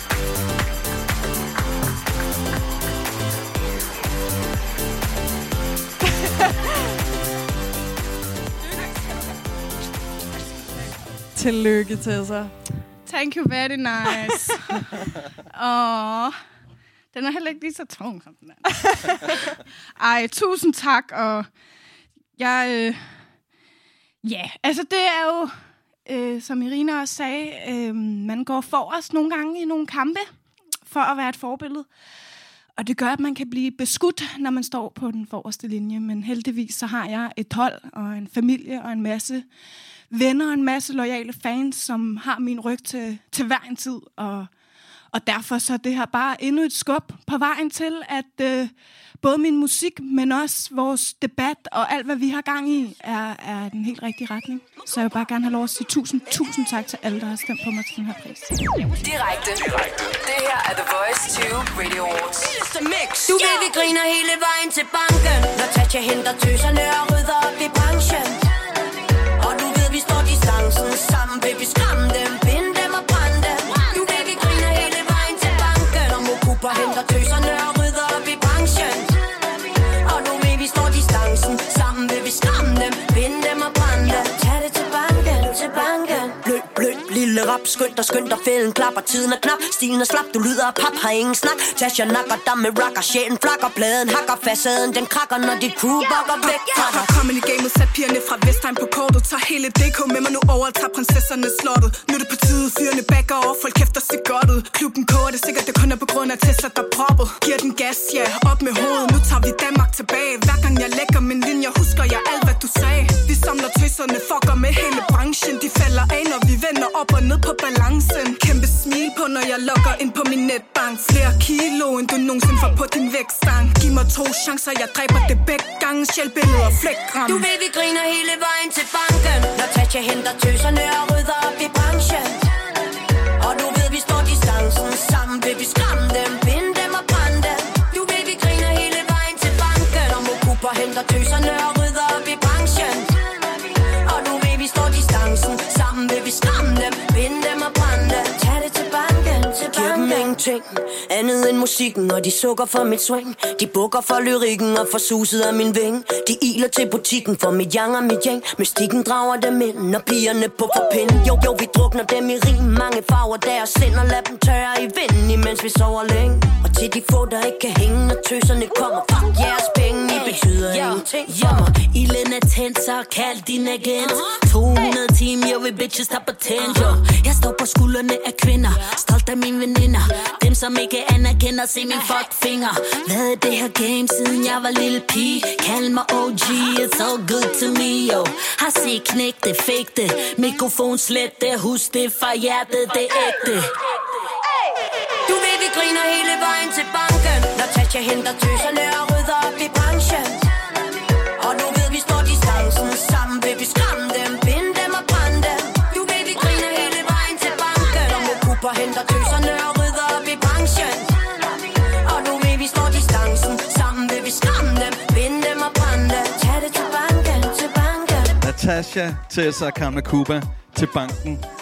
Tillykke, Tessa. Thank you very nice. Åh, den er heller ikke lige så tung som den er. Ej, tusind tak, og jeg... Øh, ja, altså det er jo, øh, som Irina også sagde, øh, man går forrest nogle gange i nogle kampe for at være et forbillede. Og det gør, at man kan blive beskudt, når man står på den forreste linje. Men heldigvis så har jeg et hold og en familie og en masse venner og en masse loyale fans, som har min ryg til, til hver en tid. Og, og derfor så er det her bare endnu et skub på vejen til, at øh, både min musik, men også vores debat og alt, hvad vi har gang i, er, er den helt rigtige retning. Så jeg vil bare gerne have lov at sige tusind, tusind tak til alle, der har stemt på mig til den her pris. Direkte. Direkte. Det her er The Voice tyve Radio Awards. Du ved, vi griner hele vejen til banken, når Tatja henter tøserne og rydder op i branchen. Og du ved, vi står distancen sammen, vil vi skræmme dem, binde dem og brænde dem. Du ved, vi griner hele vejen til banken, når Mokuber henter tøserne og rydder op i branchen. Og nu ved, vi står distancen sammen, vil vi skræmme dem, binde dem og brænde dem. Tag det til banken, til banken. Blød, blød, lille rap, skynd dig, skynd dig, fælden klapper, tiden er knap. Stilen er slap, du lyder af pap, har ingen snak. Tasha nakker dig med rocker, sjælen flakker, pladen hakker, facaden, den krakker, når dit crew bakker væk fra dig. Kommet i gamet, sat pigerne fra Vestegn på kortet. Tager hele D K med mig nu over og tager prinsesserne slottet. Nu er det på tide, fyrene backer over, folk kæfter sig godt ud. Klubben koger, det sikkert, det kun er på grund af Tesla, der proppet. Giver den gas, ja, op med hovedet, nu tager vi Danmark tilbage. Hver gang jeg lægger min linje, husker jeg alt, hvad du sagde. Vi samler tøserne, fucker med hele branchen. De falder af, når vi vender op og ned på balancen. Kæmpe smil på, når jeg logger ind på min netbank. Flere kilo, end du nogensinde får på din vægtstang. Giv mig to chancer, jeg dræber det begge gange. Sjælbilleder og flækram. Du ved, vi griner hele vejen til banken, når Tatja henter tøserne og rydder op i branchen. Og du ved, vi står distancen sammen, vil vi skræmme dem, binde dem og brænde dem. Du ved, vi griner hele vejen til banken, når Mokuber henter tøserne og rydder op i branchen. Og nu ved, vi står distancen sammen, vil vi skræmme dem, binde dem og brænde dem. Tag det til banken, til banken. Giver dem ingenting, andet end musikken, og de sukker for mit swing. De bukker for lyrikken og for suset af min vinge. De iler til butikken for mit yang og mit yang. Mystikken drager dem ind, når pigerne på for pinden. Jo, jo, vi drukner dem i rim, mange farver deres sind. Og lad dem tørre i vinden, imens vi sover længe. Og til de få, der ikke kan hænge, når tøserne kommer. Fuck jeres penge, I betyder yeah. ingenting. Yeah. Ilden er tændt, så kald din agent. to hundrede timer, yo, vi bitches har patent, yo. Jeg står på skuldrene af kvinder, stolt af mine veninder. Dem, som ikke anerkender, se min fuck finger. Hvad er det her game, siden jeg var lille pige? Kald mig O G, it's all good to me, yo. Har set knæk det, fake det. Mikrofon slet det, husk det fra hjertet, det er ægte. Du ved, vi griner hele vejen til banken, når Tatja henter tøserne og rydder op i branchen. Og nu ved, vi står distancen sammen, vil vi skræmme dem, binde dem og brænde dem. Du ved, vi griner hele vejen til banken, når Mokuber henter tøserne og rydder op i branchen. Og nu ved, vi står distancen sammen, vil vi skræmme dem, binde dem og brænde dem. Tag det til banken, til banken. Natasha, Tessa, Kamna Kuba til banken.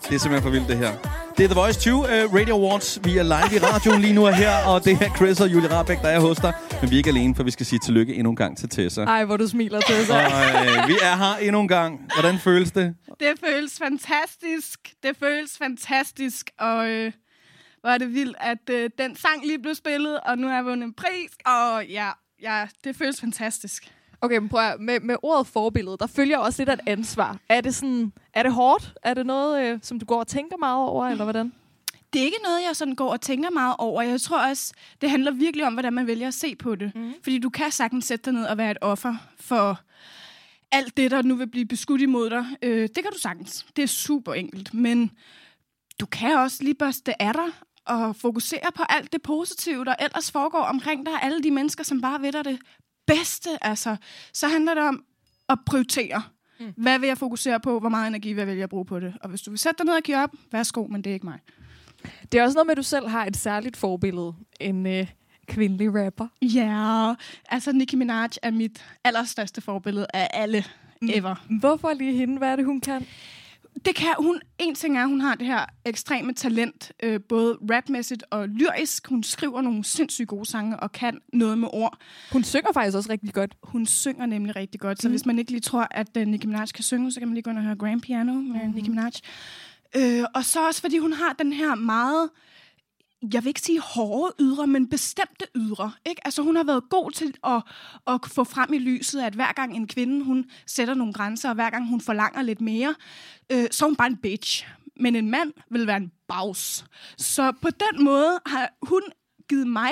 Det er simpelthen for vildt, det her. Det er The Voice tyve uh, Radio Awards. Vi er live i radioen lige nu og her, og det er Chris og Julie Rahbek, der er hos dig. Men vi er ikke alene, for vi skal sige tillykke endnu en gang til Tessa. Ej, hvor du smiler, Tessa. Og øh, vi er her endnu en gang. Hvordan føles det? Det føles fantastisk. Det føles fantastisk, og øh, hvor er det vildt, at øh, den sang lige blev spillet, og nu har jeg vundet en pris, og ja, ja det føles fantastisk. Okay, men prøv at, med, med ordet forbillede, der følger også lidt af et ansvar. Er det sådan, er det hårdt? Er det noget, øh, som du går og tænker meget over, eller hvordan? Det er ikke noget, jeg sådan går og tænker meget over. Jeg tror også, det handler virkelig om, hvordan man vælger at se på det. Mm. Fordi du kan sagtens sætte dig ned og være et offer for alt det, der nu vil blive beskudt imod dig. Øh, det kan du sagtens. Det er super enkelt. Men du kan også lige børste af dig og fokusere på alt det positive, der ellers foregår omkring dig. Alle de mennesker, som bare ved dig det bedste. Altså, så handler det om at prioritere. Mm. Hvad vil jeg fokusere på? Hvor meget energi vil jeg vælge at bruge på det? Og hvis du vil sætte dig ned og give op, værsgo, men det er ikke mig. Det er også noget med, at du selv har et særligt forbillede. En øh, kvindelig rapper. Ja, altså Nicki Minaj er mit allerstørste forbillede af alle ever. Hvorfor lige hende? Hvad er det, hun kan? Det kan hun. En ting er, at hun har det her ekstreme talent, øh, både rapmæssigt og lyrisk. Hun skriver nogle sindssygt gode sange og kan noget med ord. Hun synger faktisk også rigtig godt. Hun synger nemlig rigtig godt. Så mm. hvis man ikke lige tror, at uh, Nicki Minaj kan synge, så kan man lige gå ind og høre Grand Piano med mm. Nicki Minaj. Øh, og så også, fordi hun har den her meget, jeg vil ikke sige hårde ydre, men bestemte ydre. Ikke? Altså hun har været god til at, at få frem i lyset, at hver gang en kvinde, hun sætter nogle grænser, og hver gang hun forlanger lidt mere, øh, så er hun bare en bitch. Men en mand vil være en baus. Så på den måde har hun givet mig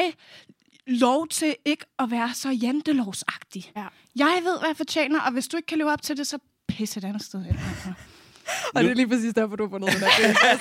lov til ikke at være så jantelovsagtig. Ja. Jeg ved, hvad jeg fortjener, og hvis du ikke kan leve op til det, så pisse et andet sted hen. Og det er lige præcis derfor, du har fundet den her.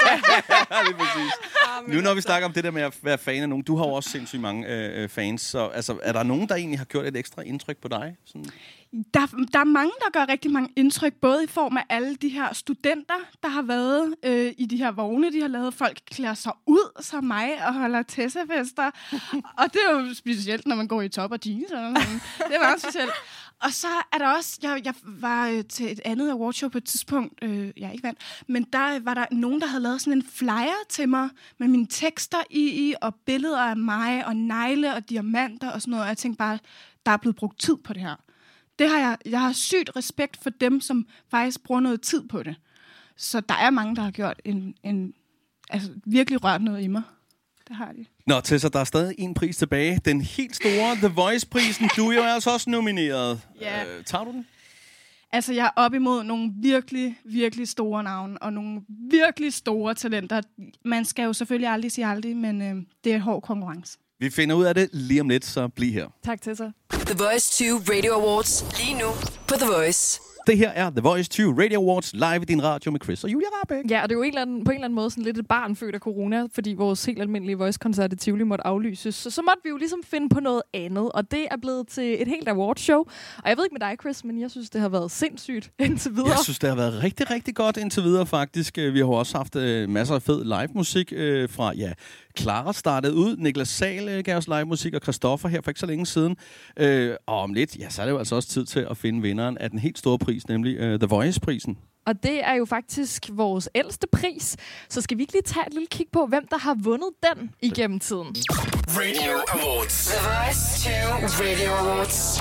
Ja, lige præcis. Nu når vi snakker om det der med at være fan af nogen, du har jo også sindssygt mange øh, fans, så altså, er der nogen, der egentlig har gjort et ekstra indtryk på dig? Sådan? Der, der er mange, der gør rigtig mange indtryk, både i form af alle de her studenter, der har været øh, i de her vogne, de har lavet. Folk klæder sig ud som mig og holder Tessa-fester. Og det er jo specielt, når man går i top og jeans. Eller sådan. Det er meget specielt. Og så er der også, jeg, jeg var øh, til et andet awardshow på et tidspunkt, øh, jeg ikke vandt, men der var der nogen, der havde lavet sådan en flyer til mig med mine tekster i, i og billeder af mig, og negle og diamanter og sådan noget. Og jeg tænkte bare, der er blevet brugt tid på det her. Det har jeg, jeg har sygt respekt for dem, som faktisk bruger noget tid på det. Så der er mange, der har gjort en, en altså virkelig rørt noget i mig. Det har de. Nå, Tessa, der er stadig en pris tilbage. Den helt store The Voice-prisen. Du er jo altså også nomineret. Ja. Øh, tager du den? Altså, jeg er op imod nogle virkelig, virkelig store navne, og nogle virkelig store talenter. Man skal jo selvfølgelig aldrig sige aldrig, men øh, det er en hård konkurrence. Vi finder ud af det lige om lidt, så bliv her. Tak, Tessa. The Voice tyve Radio Awards. Lige nu på The Voice. Det her er The Voice tyve Radio Awards live i din radio med Chris og Julia Rahbek. Ja, og det er jo en eller anden, på en eller anden måde sådan lidt et barn født af corona, fordi vores helt almindelige Voice-koncert i Tivoli måtte aflyses. Så, så måtte vi jo ligesom finde på noget andet, og det er blevet til et helt awardshow. Og jeg ved ikke med dig, Chris, men jeg synes, det har været sindssygt indtil videre. Jeg synes, det har været rigtig, rigtig godt indtil videre faktisk. Vi har også haft øh, masser af fed live-musik øh, fra, ja, Clara startede ud, Niklas Sahl øh, gav os live-musik, og Christoffer her for ikke så længe siden. Øh, og om lidt, ja, så er det jo altså også tid til at finde vinderen af den helt store pris, nemlig øh, The Voice-prisen. Og det er jo faktisk vores ældste pris. Så skal vi ikke lige tage et lille kig på, hvem der har vundet den igennem tiden? Radio Awards. The Voice tyve Radio Awards.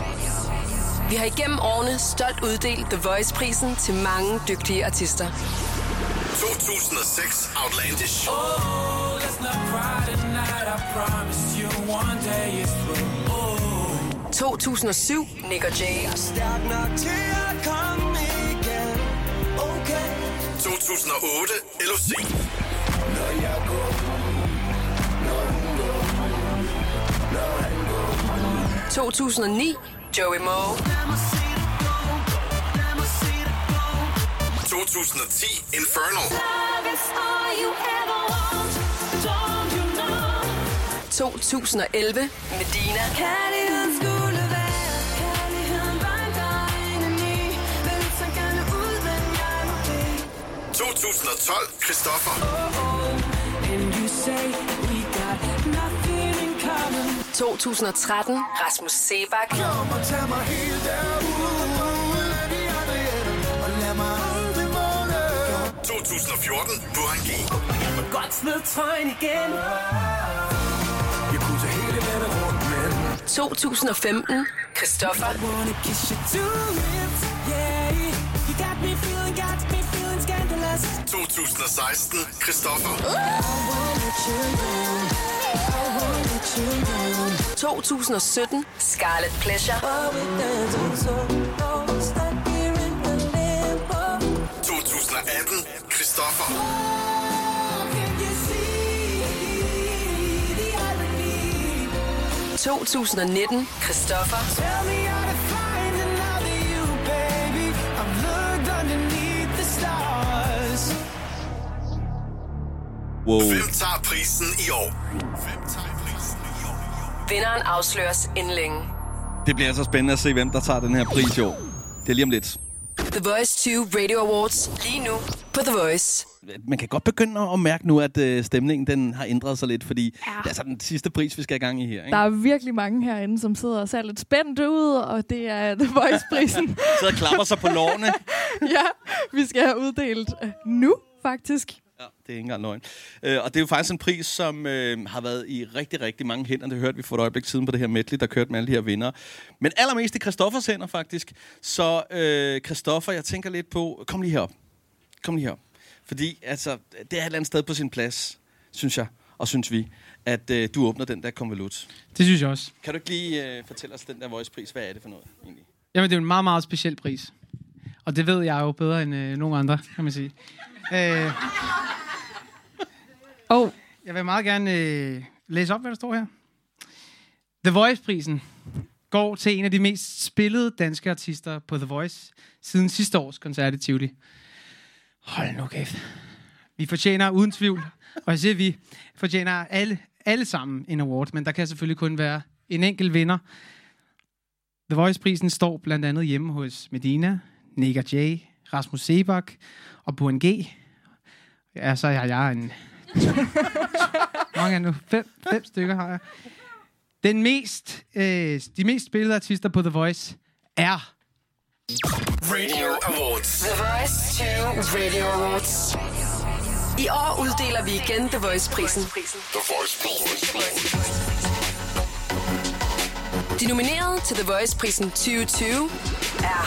Vi har igennem årene stolt uddelt The Voice-prisen til mange dygtige artister. to tusind og seks Outlandish. Oh, let's not cry tonight. I promise you one day it's through. Oh. to tusind og syv Nick og Jay. Stærk nok til at komme igen. Okay. to tusind og otte L O C. Når jeg går, når hun går, når han går. to tusind og ni Joey Moe. to tusind og ti Infernal. to tusind og elleve Medina. to tusind og tolv Christoffer. to tusind og tretten Rasmus Seebach. to tusind og fjorten, Burhan G. Jeg må godt smide trøjen igen. Jeg kunne tage hele landet rundt, men... to tusind og femten, Christoffer. I wanna kiss you to lips, yeah. You got me feeling, got me feeling scandalous. to tusind og seksten, Christoffer. to tusind og sytten, Scarlet Pleasure. to tusind og atten, Christoffer. to tusind og nitten, Christoffer. Wow. Hvem tager prisen i år? Hvem tager prisen i år? Vinderen afsløres inden længe. Det bliver altså spændende at se, hvem der tager den her pris i år. Det er lige om lidt. The Voice tyve Radio Awards. Lige nu på The Voice. Man kan godt begynde at mærke nu, at øh, stemningen den har ændret sig lidt, fordi ja. det er så den sidste pris, vi skal i gang i her. Ikke? Der er virkelig mange herinde, som sidder og ser lidt spændt ud, og det er The Voice-prisen. sidder og klapper sig på lårene. Ja, vi skal have uddelt øh, nu, faktisk. Ja, det er ikke engang løgn. Øh, og det er jo faktisk en pris, som øh, har været i rigtig, rigtig mange hænder. Det hørte vi for et øjeblik siden på det her medley, der kørte med alle de her vindere. Men allermest i Christoffers hænder, faktisk. Så øh, Christoffer, jeg tænker lidt på... Kom lige herop. Kom lige herop. Fordi altså, det er et eller andet sted på sin plads, synes jeg, og synes vi, at øh, du åbner den der konvolut. Det synes jeg også. Kan du ikke lige øh, fortælle os den der Voice-pris? Hvad er det for noget, egentlig? Jamen, det er en meget, meget speciel pris. Og det ved jeg jo bedre end øh, nogen andre, kan man sige. øh, og jeg vil meget gerne øh, læse op, hvad der står her. The Voice-prisen går til en af de mest spillede danske artister på The Voice siden sidste års koncert i Tivoli. Hold nu kæft. Vi fortjener uden tvivl, og jeg siger, vi fortjener alle, alle sammen en award, men der kan selvfølgelig kun være en enkelt vinder. The Voice-prisen står blandt andet hjemme hos Medina, Nick og Jay, Rasmus Sebak og Burhan G. Ja, så har jeg en... Mange nu. Fem, fem stykker har jeg. Den mest, øh, de mest spillede artister på The Voice er... Radio Awards. The Voice tyve Radio Awards. I år uddeler vi igen The Voice-prisen. The Voice. De nominerede til The Voice-prisen tyve tyve er...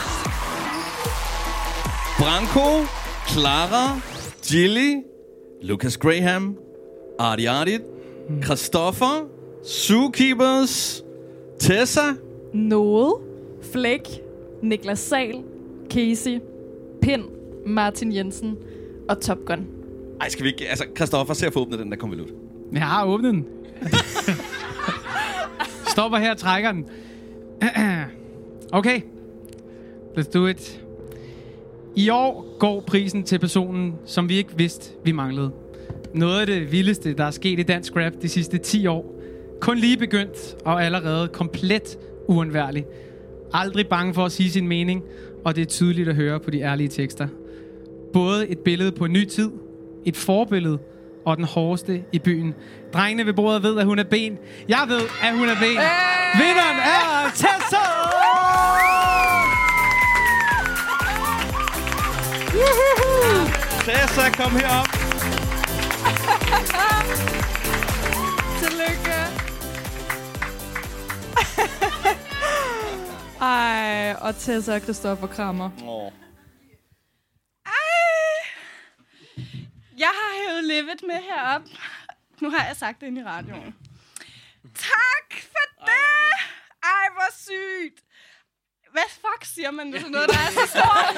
Branko, Clara, Gilly, Lucas Graham, Arti Artit, Christoffer, Zookeepers, Tessa, Noel, Flæk, Niklas Sahl, Casey, Pind, Martin Jensen og Top Gun. Ej, skal vi ikke... Altså, Christoffer, se at få åbnet den der konvolut. Jeg har åbnet den. Stopper her og trækker den. Okay. Let's do it. I år går prisen til personen, som vi ikke vidste, vi manglede. Noget af det vildeste, der er sket i dansk rap de sidste ti år. Kun lige begyndt og allerede komplet uundværlig. Aldrig bange for at sige sin mening, og det er tydeligt at høre på de ærlige tekster. Både et billede på en ny tid, et forbillede og den hårdeste i byen. Drengene ved bordet ved, at hun er ben. Jeg ved, at hun er ben. Hey! Vinderen er Tessa! Tessa, kom herop. Tillykke. Ej, og Tessa og Christoffer krammer. Oh. Jeg har hævet Livet med herop. Nu har jeg sagt det ind i radioen. Tak for det! Ej, hvor sygt! Hvad fuck siger man med sådan noget, der er så stort?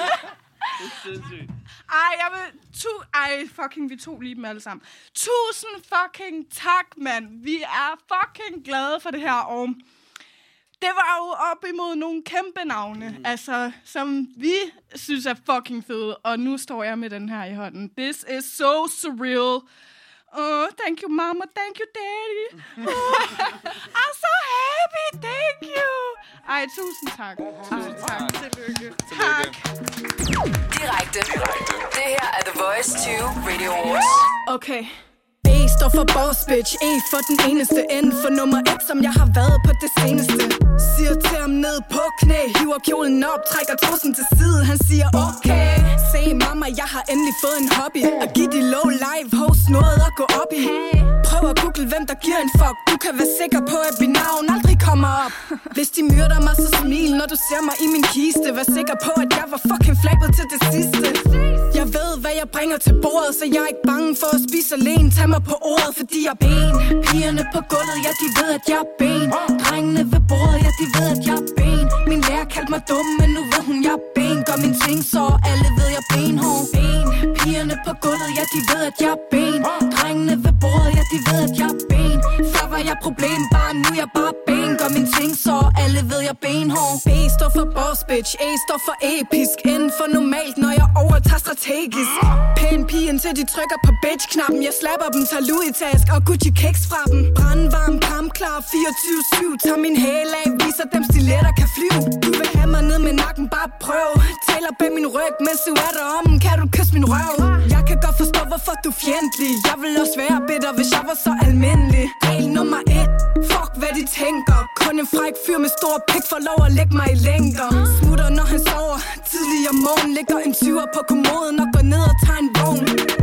Ej, jeg vil... Tu... Ej, fucking, vi tog lige dem alle sammen. Tusind fucking tak, mand. Vi er fucking glade for det her år. Det var jo op imod nogle kæmpe navne, mm. altså, som vi synes er fucking fede. Og nu står jeg med den her i hånden. This is so surreal. Oh, thank you, mama. Thank you, daddy. Oh, I'm so happy. Thank you. Ej, tusind tak. Tusind tak. Tillykke. Tak. Direkte. Det her er The Voice tyve Radio Awards. Okay. B står for boss bitch, E for den eneste, N for nummer et, som jeg har været på det seneste. Siger til ham ned på knæ, knæ, hiver kjolen op, trækker tossen til side. Han siger, okay, se mamma, jeg har endelig fået en hobby. At give de low live host noget at gå op i. Prøv at google, hvem der giver en fuck. Du kan være sikker på, at mit navn aldrig kommer op. Hvis de myrder mig, så smil, når du ser mig i min kiste. Vær sikker på, at jeg var fucking flabet til det sidste. Jeg ved, hvad jeg bringer til bordet, så jeg er ikke bange for at spise alene. Tag mig på ordet, fordi jeg er ben. Pigerne på gulvet, ja, de ved, at jeg er ben. Drengene ved bordet, ja, de ved, at jeg er ben. Min lærer kaldte mig dum, men nu ved hun, jeg er ben. Gør min ting, så alle ved, jeg er benhård. Ben. Pigerne på gulvet, ja, de ved, at jeg er ben. Drengene ved bordet, ja, de ved, at jeg er ben. Før var jeg problem, bare nu jeg bare ben. Gør min ting, så alle ved, jeg er benhård. B står for boss bitch, A står for episk. N for normalt, når jeg overtager strategisk. Pæn pigen til de trykker på bitch-knappen. Jeg slapper dem, tager Louis-task og Gucci-keks fra dem. Brandvarm, kampklar, fireogtyve syv. Tag min hæle af, viser dem stiletter kan flyve. Du vil have mig ned med nakken, bare prøv. Taler bag min ryg, mens du er derom. Kan du kysse min røv? Jeg kan godt forstå, hvorfor du er fjendtlig. Jeg vil også være bitter, hvis jeg var så almindelig. Regel nummer et, fuck hvad de tænker. Kun en fræk fyr med stor pik får lov at lægge mig i lænker. Smutter når han sover, tidlig om morgen. Ligger en tyver på kommoden og går ned og tager en vogn.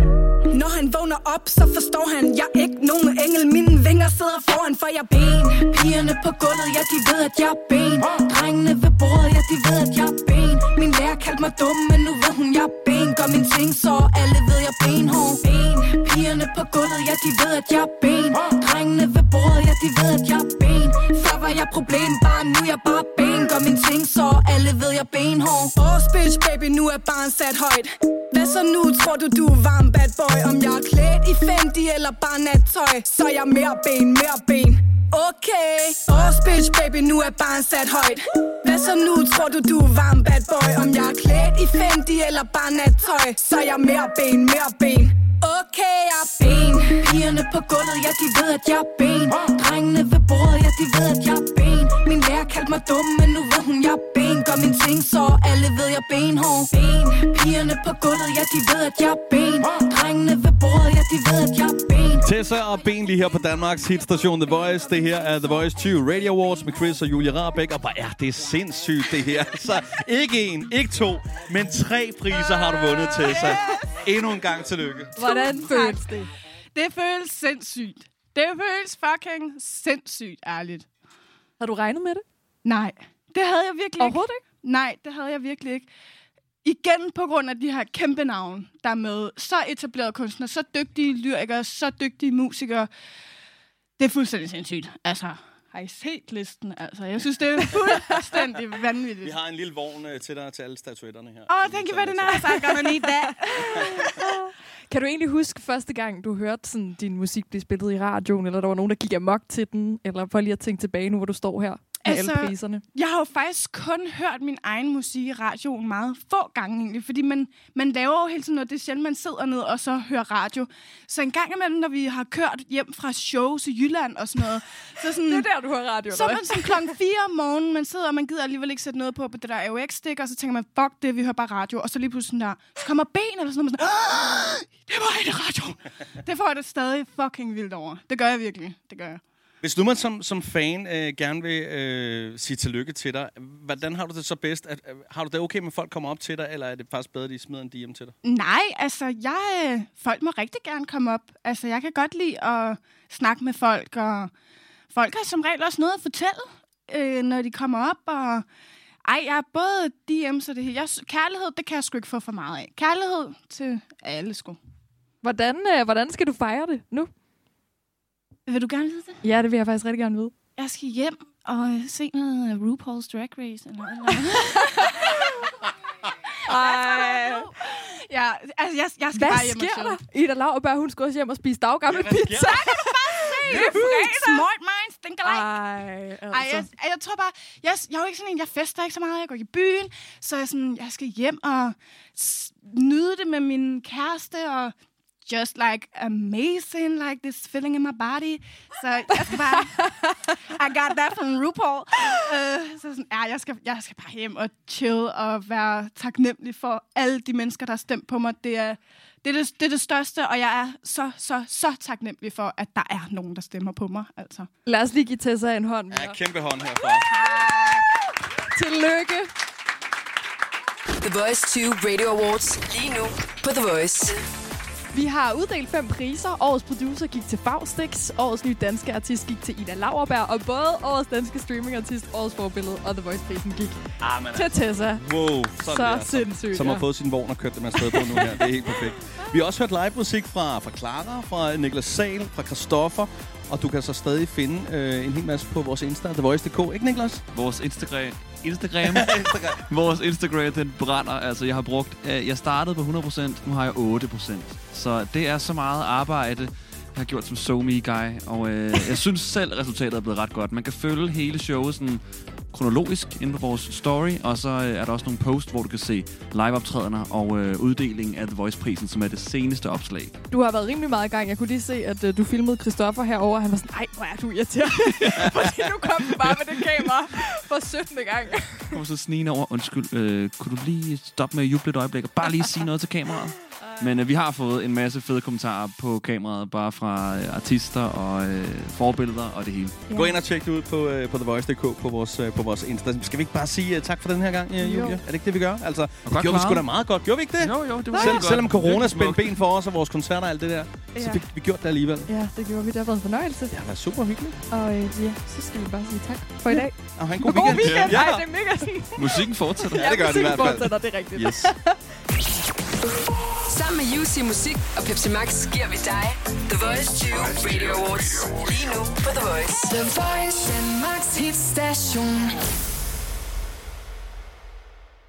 Når han vågner op, så forstår han, jeg er ikke nogen engel. Mine vinger sidder foran, for jeg er ben. Pigerne på gulvet, ja, de ved, at jeg er ben. Drengene ved bordet, ja, de ved, at jeg er ben. Min lærer kaldte mig dum, men nu ved hun, jeg er ben. Gør min ting, så alle ved, jeg er benhård. Ben. Pigerne på gulvet, ja, de ved, at jeg er ben. Drengene ved bordet, ja, de ved, at jeg er ben. Før var jeg problem, bare nu jeg bare ben. Gør min ting, så alle ved, jeg er benhård. Boss bitch, baby, nu er barn sat højt. Hvad så nu, tror du, du er varm bad boy? Om jeg er klædt i Fendi eller bare nattøj, så er jeg mere ben, mere ben. Okay, boss bitch, baby, nu er barn sat højt. Hvad så nu, tror du, du er varm bad boy? Om jeg er klædt i Fendi eller bare nattøj, så er jeg mere ben, mere ben. Okay, jeg er ben. Pigerne på gulvet, ja, de ved, at jeg er ben. Drengene ved bordet, ja, de ved, at jeg er ben. Min lærer kaldte mig dum, men nu ved hun, jeg er ben. Gør min ting, så alle ved, jeg er benhård. Ben. Pigerne på gulvet, ja, de ved, at jeg er ben. Drengene ved bordet, ja, de ved, at jeg er ben. Tessa og Ben lige her på Danmarks hitstation The Voice. Det her er The Voice tyve Radio Awards med Chris og Julie Rahbek. Og bare er det sindssygt, det her. Så ikke en, ikke to, men tre priser har du vundet, Tessa. Endnu en gang tillykke. Hvordan føles det? Det føles sindssygt. Det føles fucking sindssygt, ærligt. Har du regnet med det? Nej, det havde jeg virkelig Overhovedet ikke. ikke? Nej, det havde jeg virkelig ikke. Igen på grund af de her kæmpe navne, der er med så etablerede kunstnere, så dygtige lyrikere, så dygtige musikere. Det er fuldstændig sindssygt. Altså, har I set listen? Altså, jeg synes, det er fuldstændig vanvittigt. Vi har en lille vogn uh, til dig til alle statuetterne her. Åh, oh, thank you very nice. I'm gonna need that. Kan du egentlig huske første gang, du hørte sådan, din musik blive spillet i radioen, eller der var nogen, der gik amok til den, eller for lige at tænke tilbage nu, hvor du står her med altså, alle priserne? Jeg har jo faktisk kun hørt min egen musik i radioen meget få gange egentlig, fordi man, man laver jo hele tiden noget. Det er sjældent, man sidder ned og så hører radio. Så en gang imellem, når vi har kørt hjem fra shows i Jylland og sådan noget, så sådan, det er der, du hører radio. Så er man sådan klokken fire om morgenen, man sidder, og man gider alligevel ikke sætte noget på på det der A O X-stik, og så tænker man, fuck det, vi hører bare radio. Og så lige pludselig sådan der, så kommer ben eller sådan noget, sådan, det var i radio. Det får jeg da stadig fucking vildt over. Det gør jeg virkelig. Det gør jeg. Hvis nu man som, som fan øh, gerne vil øh, sige tillykke til dig, hvordan har du det så bedst? At, øh, har du det okay med, at folk kommer op til dig, eller er det faktisk bedre, at de smider en D M til dig? Nej, altså, jeg, folk må rigtig gerne komme op. Altså, jeg kan godt lide at snakke med folk, og folk har som regel også noget at fortælle, øh, når de kommer op, og ej, jeg er både D M's og det her. Jeg, kærlighed, det kan jeg sgu ikke få for meget af. Kærlighed til alle sgu. Hvordan, øh, hvordan skal du fejre det nu? Vil du gerne vide det? Ja, det vil jeg faktisk rigtig gerne vide. Jeg skal hjem og se noget RuPaul's Drag Race. Eller eller Ej. Ja, altså, jeg, jeg skal hvad bare hjem og sker chill. der? Ida Lauerberg, hun skulle også hjem og spise daggamle Ja, pizza. Så kan du bare se det. Det er fredag. Smart minds, think alike. Ej, altså. Ej, jeg, jeg tror bare, jeg, jeg er jo ikke sådan en, jeg fester ikke så meget. Jeg går ikke i byen, så jeg, sådan, jeg skal hjem og s- nyde det med min kæreste og just like amazing, like this feeling in my body. Så jeg skal bare, I got that from RuPaul. Uh, så sådan, ja, jeg skal, jeg skal bare hjem og chill og være taknemmelig for alle de mennesker, der har stemt på mig. Det er det, er det, det er det største, og jeg er så, så, så taknemmelig for, at der er nogen, der stemmer på mig. Altså. Lad os lige give Tessa en hånd mere. Ja, kæmpe hånd herfra. Tillykke. The Voice tyve Radio Awards. Lige nu på The Voice. Vi har uddelt fem priser. Årets producer gik til Faustix. Årets nye danske artist gik til Ida Lauerberg. Og både årets danske streamingartist, årets forbillede og The Voice-prisen gik ah, men, til Tessa. Wow, så der, sindssygt. Som har fået sin vogn og kørt dem afsted på nu her. Det er helt perfekt. Vi har også hørt live musik fra, fra Clara, fra Niklas Sahl, fra Christoffer. Og du kan så stadig finde øh, en hel masse på vores Insta, The Voice punktum d k, ikke Niklas? Vores Instagram... Instagram. Instagram. Vores Instagram, den brænder. Altså, jeg har brugt... Øh, jeg startede på hundrede procent, nu har jeg otte procent. Så det er så meget arbejde, jeg har gjort som SoMe-guy. Og øh, jeg synes selv, resultatet er blevet ret godt. Man kan følge hele showet sådan kronologisk inde på vores story, og så øh, er der også nogle posts, hvor du kan se liveoptrædener og øh, uddeling af The Voice-prisen, som er det seneste opslag. Du har været rimelig meget i gang. Jeg kunne lige se, at øh, du filmede Christoffer herover. Han var sådan, ej, hvor er du irriterende. Fordi nu kom du bare med det kamera for syttende gang. Jeg kommer så snigende over. Undskyld, øh, kunne du lige stoppe med at juble et øjeblik og bare lige sige noget til kameraet? Men øh, vi har fået en masse fede kommentarer på kameraet, bare fra øh, artister og øh, forbilleder og det hele. Ja. Gå ind og tjek det ud på, øh, på The Voice punktum d k på vores, øh, på vores Insta. Skal vi ikke bare sige uh, tak for den her gang, uh, Julia? Er det ikke det, vi gør? Altså, det gjorde vi sgu da meget godt. Gjorde vi ikke det? Jo, jo, det var Selv, godt. Selvom corona spændte ben for os og vores koncerter og alt det der, ja. Så fik vi gjort det alligevel. Ja, det gjorde vi. Det har været en fornøjelse. Det har været super hyggeligt. Og øh, ja, så skal vi bare sige tak for i dag. Og have en god god weekend. weekend. Ja. Ej, det er mega sådan. Musikken fortsætter. Ja, det gør det i hvert fald. Fortsætter, det er rigtigt. Yes. Sammen med U C Musik og Pepsi Max giver vi dig The Voice tyve Radio Awards. Lige nu på The Voice. The Voice, Danmarks hitstation.